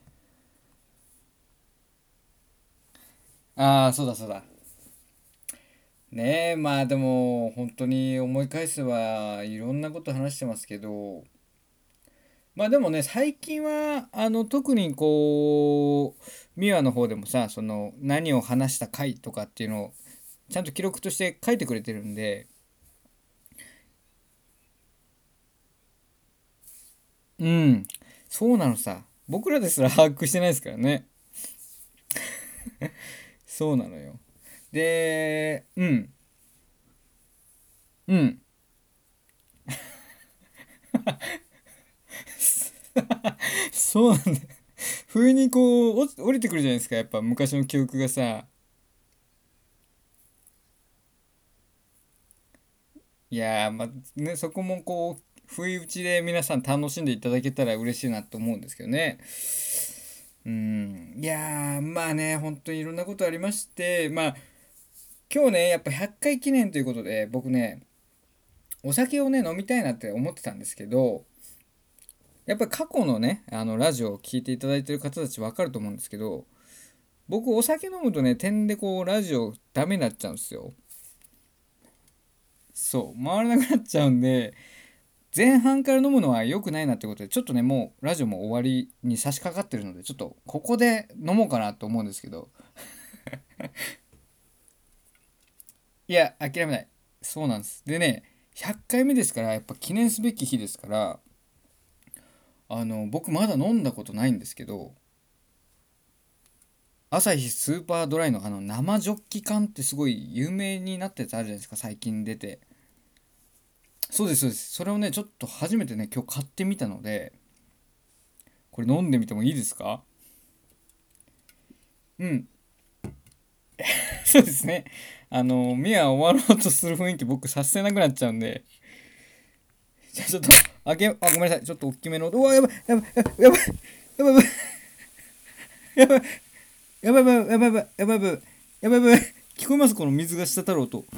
ああー、そうだそうだ。ねえ、まあでも、本当に思い返せば、いろんなこと話してますけど、まあでもね、最近は、あの、特にこう、ミワの方でもさ、その、何を話した回とかっていうのを、ちゃんと記録として書いてくれてるんで、 うん。そうなのさ。僕らですら把握してないですからね。そうなのよ。で、うん。うん。そうなんだ。不意にこう、お降りてくるじゃないですか。やっぱ昔の記憶がさ。いやー、まあね、そこもこう、不意打ちで皆さん楽しんでいただけたら嬉しいなと思うんですけどね。うん。いやー、まあね、本当にいろんなことありまして、まあ、今日ね、やっぱひゃっかい記念ということで、僕ね、お酒をね、飲みたいなって思ってたんですけど、やっぱり過去のね、あの、ラジオを聞いていただいてる方たちわかると思うんですけど、僕お酒飲むとね、点でこう、ラジオダメになっちゃうんですよ。そう、回らなくなっちゃうんで、前半から飲むのは良くないなってことで、ちょっとね、もうラジオも終わりに差し掛かってるので、ちょっとここで飲もうかなと思うんですけど、いや、諦めない。そうなんです。でね、ひゃっかいめですから、やっぱ記念すべき日ですから、あの、僕まだ飲んだことないんですけど、アサヒスーパードライのあの生ジョッキ缶ってすごい有名になったやつあるじゃないですか、最近出て。そうです、そうです。それをね、ちょっと初めてね、今日買ってみたので、これ飲んでみてもいいですか？うん、そうですね。あの、目は終わろうとする雰囲気僕察せなくなっちゃうんで、じゃあちょっと、開け、あ、ごめんなさい。ちょっと大きめの、うわ、やばい、やばい、やばい、やばい、やばい、やばい、やばい、やばい、やばい、やばい、やばい、やばい、やばい、聞こえますこの水が滴る音。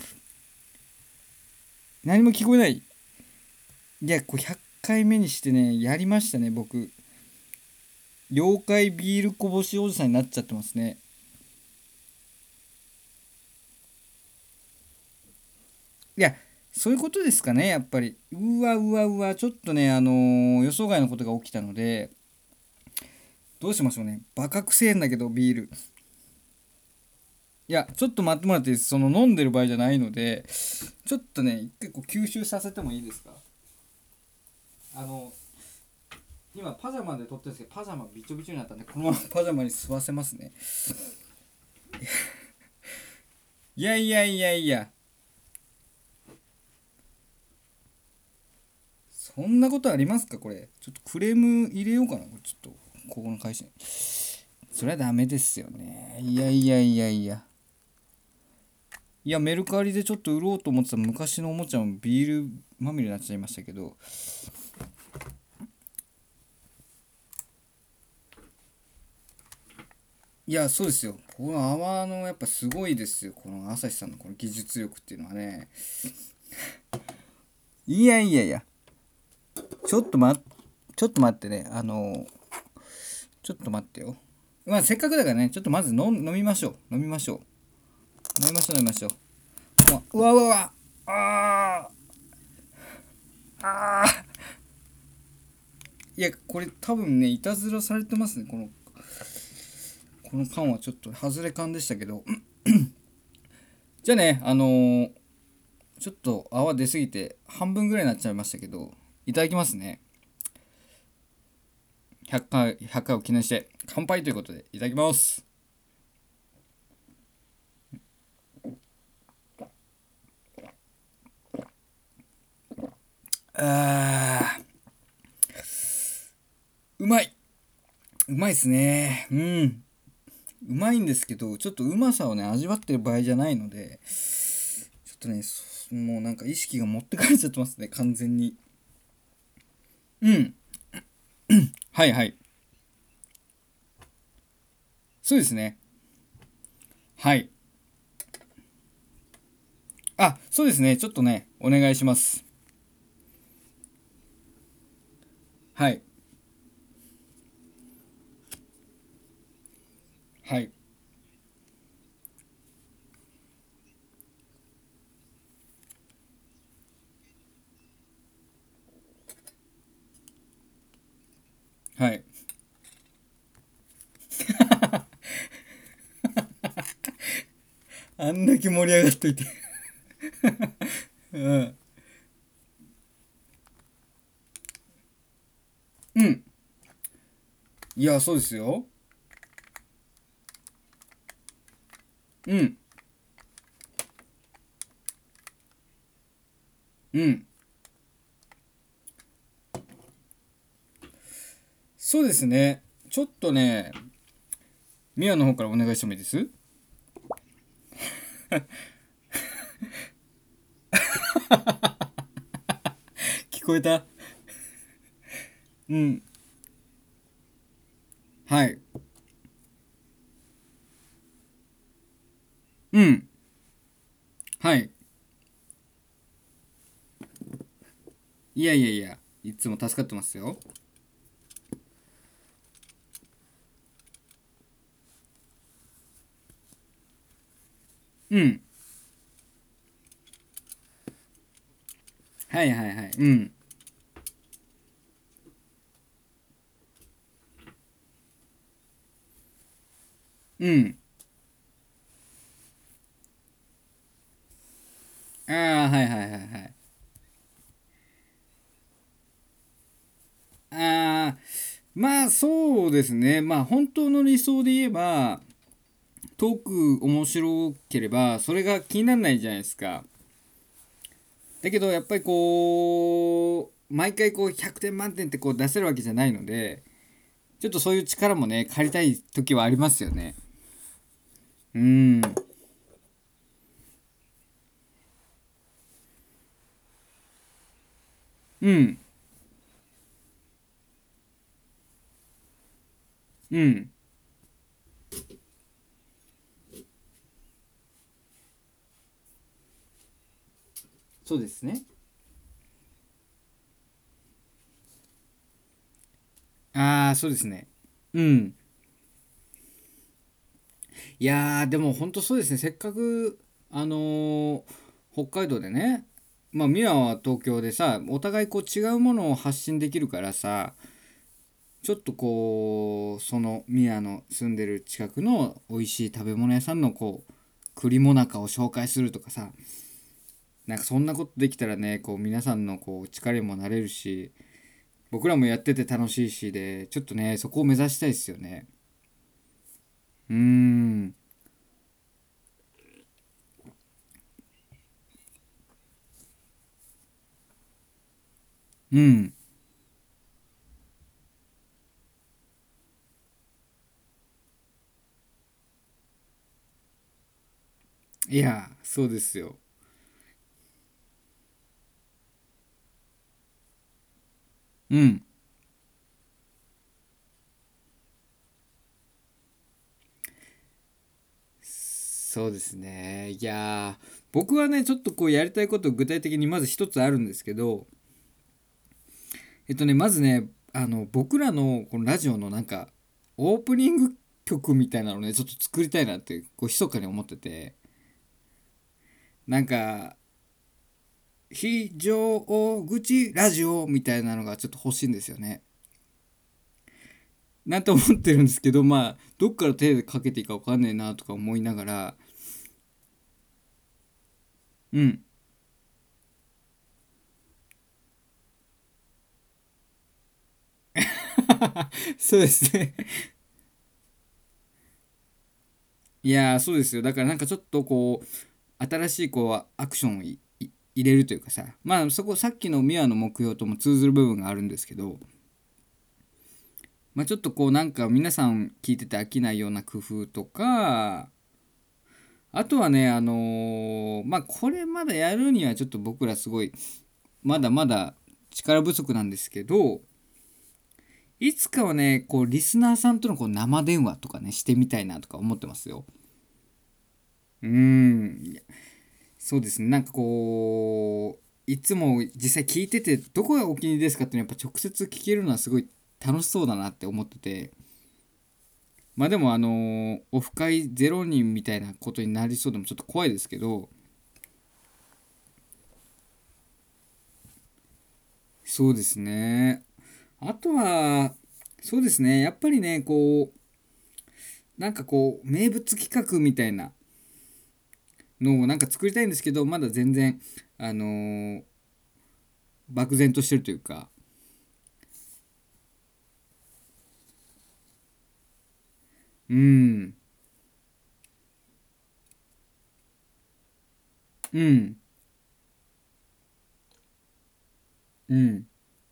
何も聞こえない。いや、これひゃっかいめにしてね、やりましたね、僕。妖怪ビールこぼしおじさんになっちゃってますね。いや、そういうことですかね、やっぱり。うわうわうわ、ちょっとね、あのー予想外のことが起きたので、どうしましょうね。バカくせえんだけど、ビール。いや、ちょっと待ってもらっていいです。その飲んでる場合じゃないので、ちょっとね、一回こう吸収させてもいいですか？あの、今パジャマで撮ってるんですけど、パジャマびちょびちょになったんで、このままパジャマに吸わせますね。いやいやいやいや、そんなことありますかこれ？ちょっとクレーム入れようかな。これちょっと、ここの会社に。それはダメですよね。いやいやいやいや。いや、メルカリでちょっと売ろうと思ってた昔のおもちゃもビールまみれになっちゃいましたけど、いや、そうですよ。この泡のやっぱすごいですよ。この朝日さんのこの技術力っていうのはね。いやいやいや。ちょっと待っ、ちょっと待ってね。あの、ちょっと待ってよ。まあせっかくだからね、ちょっとまず飲飲みましょう。飲みましょう。飲みましょう、飲みましょう。うわうわうわ。あーあー。いや、これ多分ね、いたずらされてますね。この、この缶はちょっと外れ缶でしたけど。じゃあね、あのーちょっと泡出すぎて半分ぐらいになっちゃいましたけど、いただきますね。ひゃっかい、ひゃっかいを記念して乾杯ということでいただきます。あー、うまい。うまいっすね。うん。うまいんですけど、ちょっとうまさをね、味わってる場合じゃないので、ちょっとね、もうなんか意識が持ってかれちゃってますね、完全に。うん。はいはい。そうですね。はい。あ、そうですね。ちょっとね、お願いします。はい。はい。はい。あんだけ盛り上がっといて。うん。ういや、そうですよ。うん。うん。そうですね。ちょっとね、ミアの方からお願いしてもいいです？聞こえた？うん。はい。うん。はい。いやいやいや、いつも助かってますよ。うん。はいはいはい。うん。うん。ああ、はいはいはいはい。ああ、まあそうですね。まあ本当の理想で言えば、トーク面白ければ、それが気にならないじゃないですか。だけどやっぱりこう、毎回こうひゃくてん満点ってこう出せるわけじゃないので、ちょっとそういう力もね、借りたい時はありますよね。うーん。うん。うん。そうですね。ああ、そうですね。うん。いやー、でも本当そうですね。せっかく、あのー北海道でね、まあ、ミワは東京でさ、お互いこう違うものを発信できるからさ、ちょっとこう、そのミワの住んでる近くの美味しい食べ物屋さんのこう、栗もなかを紹介するとかさ、なんかそんなことできたらね、こう皆さんのこう力にもなれるし、僕らもやってて楽しいしで、ちょっとね、そこを目指したいですよね。うーん。うん。いや、そうですよ。うん。そうですね。いやー、僕はね、ちょっとこうやりたいこと具体的にまず一つあるんですけど、えっとね、まずね、あの、僕らのこのラジオのなんか、オープニング曲みたいなのね、ちょっと作りたいなって、こう、密かに思ってて、なんか、非常口ラジオみたいなのがちょっと欲しいんですよね。なんて思ってるんですけど、まあ、どっから手でかけていいかわかんねえなとか思いながら、うん。そうですね。いやー、そうですよ。だからなんかちょっとこう、新しいこうアクションをいい入れるというかさ、まあそこさっきのミアの目標とも通ずる部分があるんですけど、まあちょっとこうなんか皆さん聞いてて飽きないような工夫とか、あとはね、あのーまあこれまだやるにはちょっと僕らすごい、まだまだ力不足なんですけど、いつかはね、こうリスナーさんとのこう生電話とかね、してみたいなとか思ってますよ。うーん。そうですね。なんかこう、いつも実際聞いてて、どこがお気に入りですかっていうのはやっぱ直接聞けるのはすごい楽しそうだなって思ってて、まあでもあのーオフ会ゼロ人みたいなことになりそうでもちょっと怖いですけど、そうですね。あとは、そうですね。やっぱりね、こう、なんかこう、名物企画みたいなのをなんか作りたいんですけど、まだ全然、あのー漠然としてるというか、 うん。うん。うん。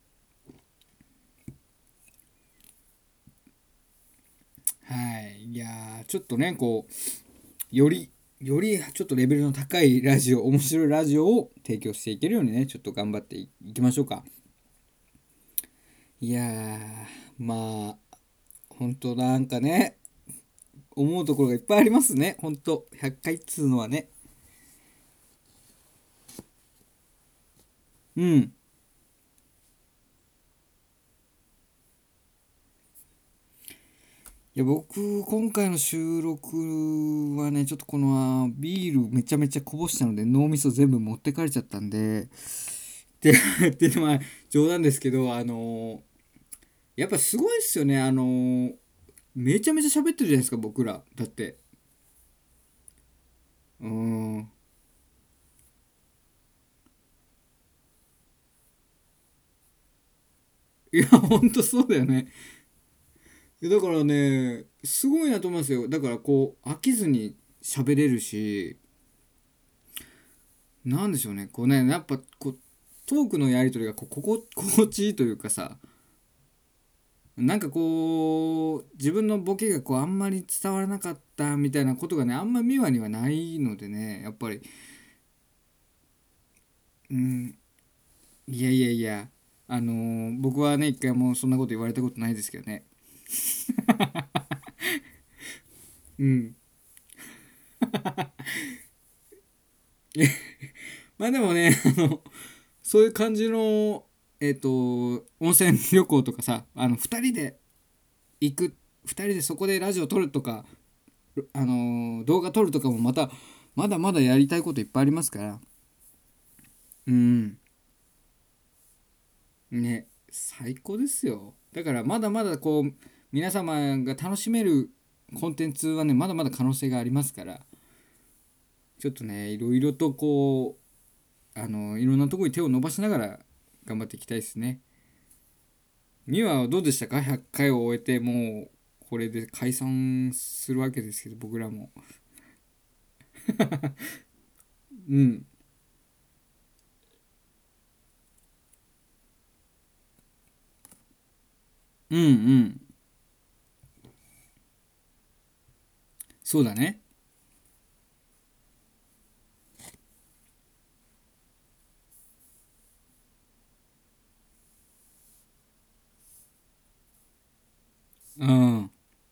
はい。いやー、ちょっとね、こう、より、よりちょっとレベルの高いラジオ、面白いラジオを提供していけるようにね、ちょっと頑張っていきましょうか。いやー、まあ、本当なんかね、思うところがいっぱいありますね。本当ひゃっかいっつうのはね。うん。いや、僕、今回の収録はね、ちょっとこのビールめちゃめちゃこぼしたので、脳みそ全部持ってかれちゃったんで、で、っていうのは冗談ですけど、あのーやっぱすごいっすよね。あのーめちゃめちゃ喋ってるじゃないですか、僕ら。だって。うーん。いや、ほんとそうだよね。いやだからね、すごいなと思いますよ。だからこう、飽きずに喋れるし、なんでしょうね。こうね、やっぱこう、トークのやりとりがこう、ここ、心地いいというかさ、なんかこう、自分のボケがこう、あんまり伝わらなかったみたいなことがね、あんま美和にはないのでね、やっぱり、うん、いやいやいや、あのー僕はね、一回もそんなこと言われたことないですけどね。うん。まあでもね、あの、そういう感じの、えっと、温泉旅行とかさ、あの、二人で行く、二人でそこでラジオ撮るとか、あのー動画撮るとかもまた、まだまだやりたいこといっぱいありますから、うん、ね、最高ですよ。だからまだまだこう、皆様が楽しめるコンテンツはね、まだまだ可能性がありますから、ちょっとね、いろいろとこう、あのいろんなところに手を伸ばしながら頑張っていきたいですね。ミワはどうでしたか？ ひゃっ 回を終えてもうこれで解散するわけですけど、僕らも。うんうんうん、そうだね。うん、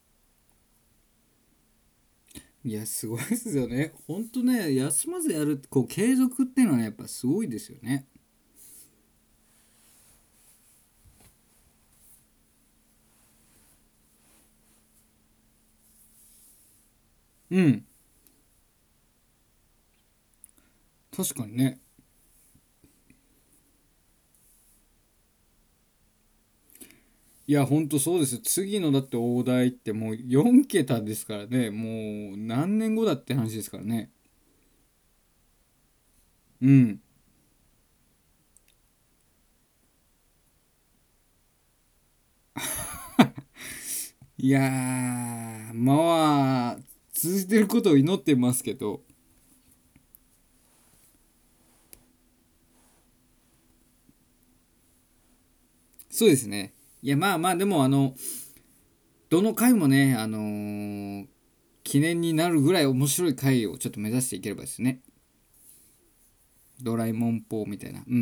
いやすごいですよね。ほんとね、休まずやるこう継続っていうのはね、やっぱすごいですよね。うん、確かにね。いやほんとそうですよ。次のだって大台ってもうよん桁ですからね。もう何年後だって話ですからね。うん。いやーまあ続いてることを祈ってますけど、そうですね。いやまあまあでもあのどの回もね、あのー記念になるぐらい面白い回をちょっと目指していければですね。ドラえもんぽみたいな。うん。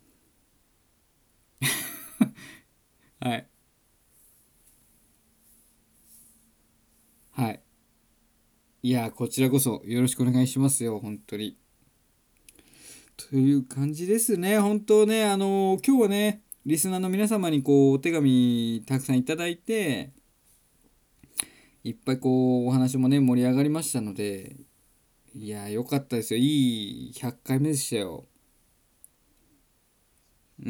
はい。はい。いや、こちらこそよろしくお願いしますよ、本当に。という感じですね。本当ね、あのー今日はね、リスナーの皆様にこう、お手紙たくさんいただいて、いっぱいこう、お話もね、盛り上がりましたので、いや、良かったですよ。いいひゃっかいめでしたよ。うん。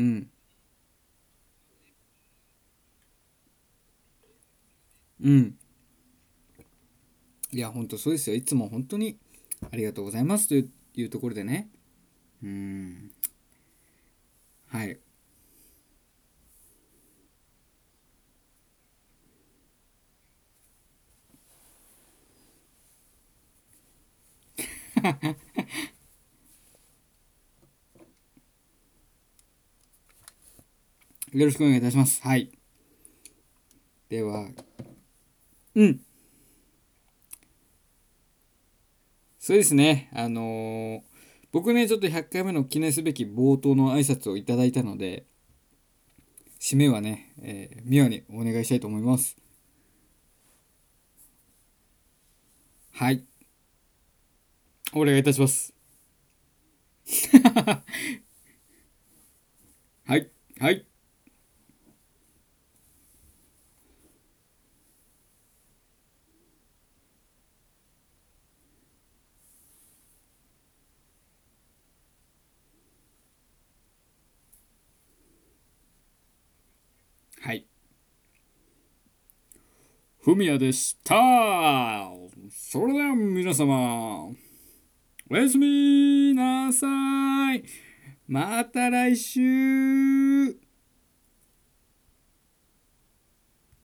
うん。いや、本当そうですよ。いつも本当にありがとうございますといういうところでね。うん。はい。 よろしくお願いいたします。はい。では、うん。そうですね。あのー僕ね、ちょっとひゃっかいめの記念すべき冒頭の挨拶をいただいたので、締めはね、えー、ミワにお願いしたいと思います。はい。お願いいたします。はい。はい。はい。ふみやでした。それでは皆様、おやすみなさい。また来週。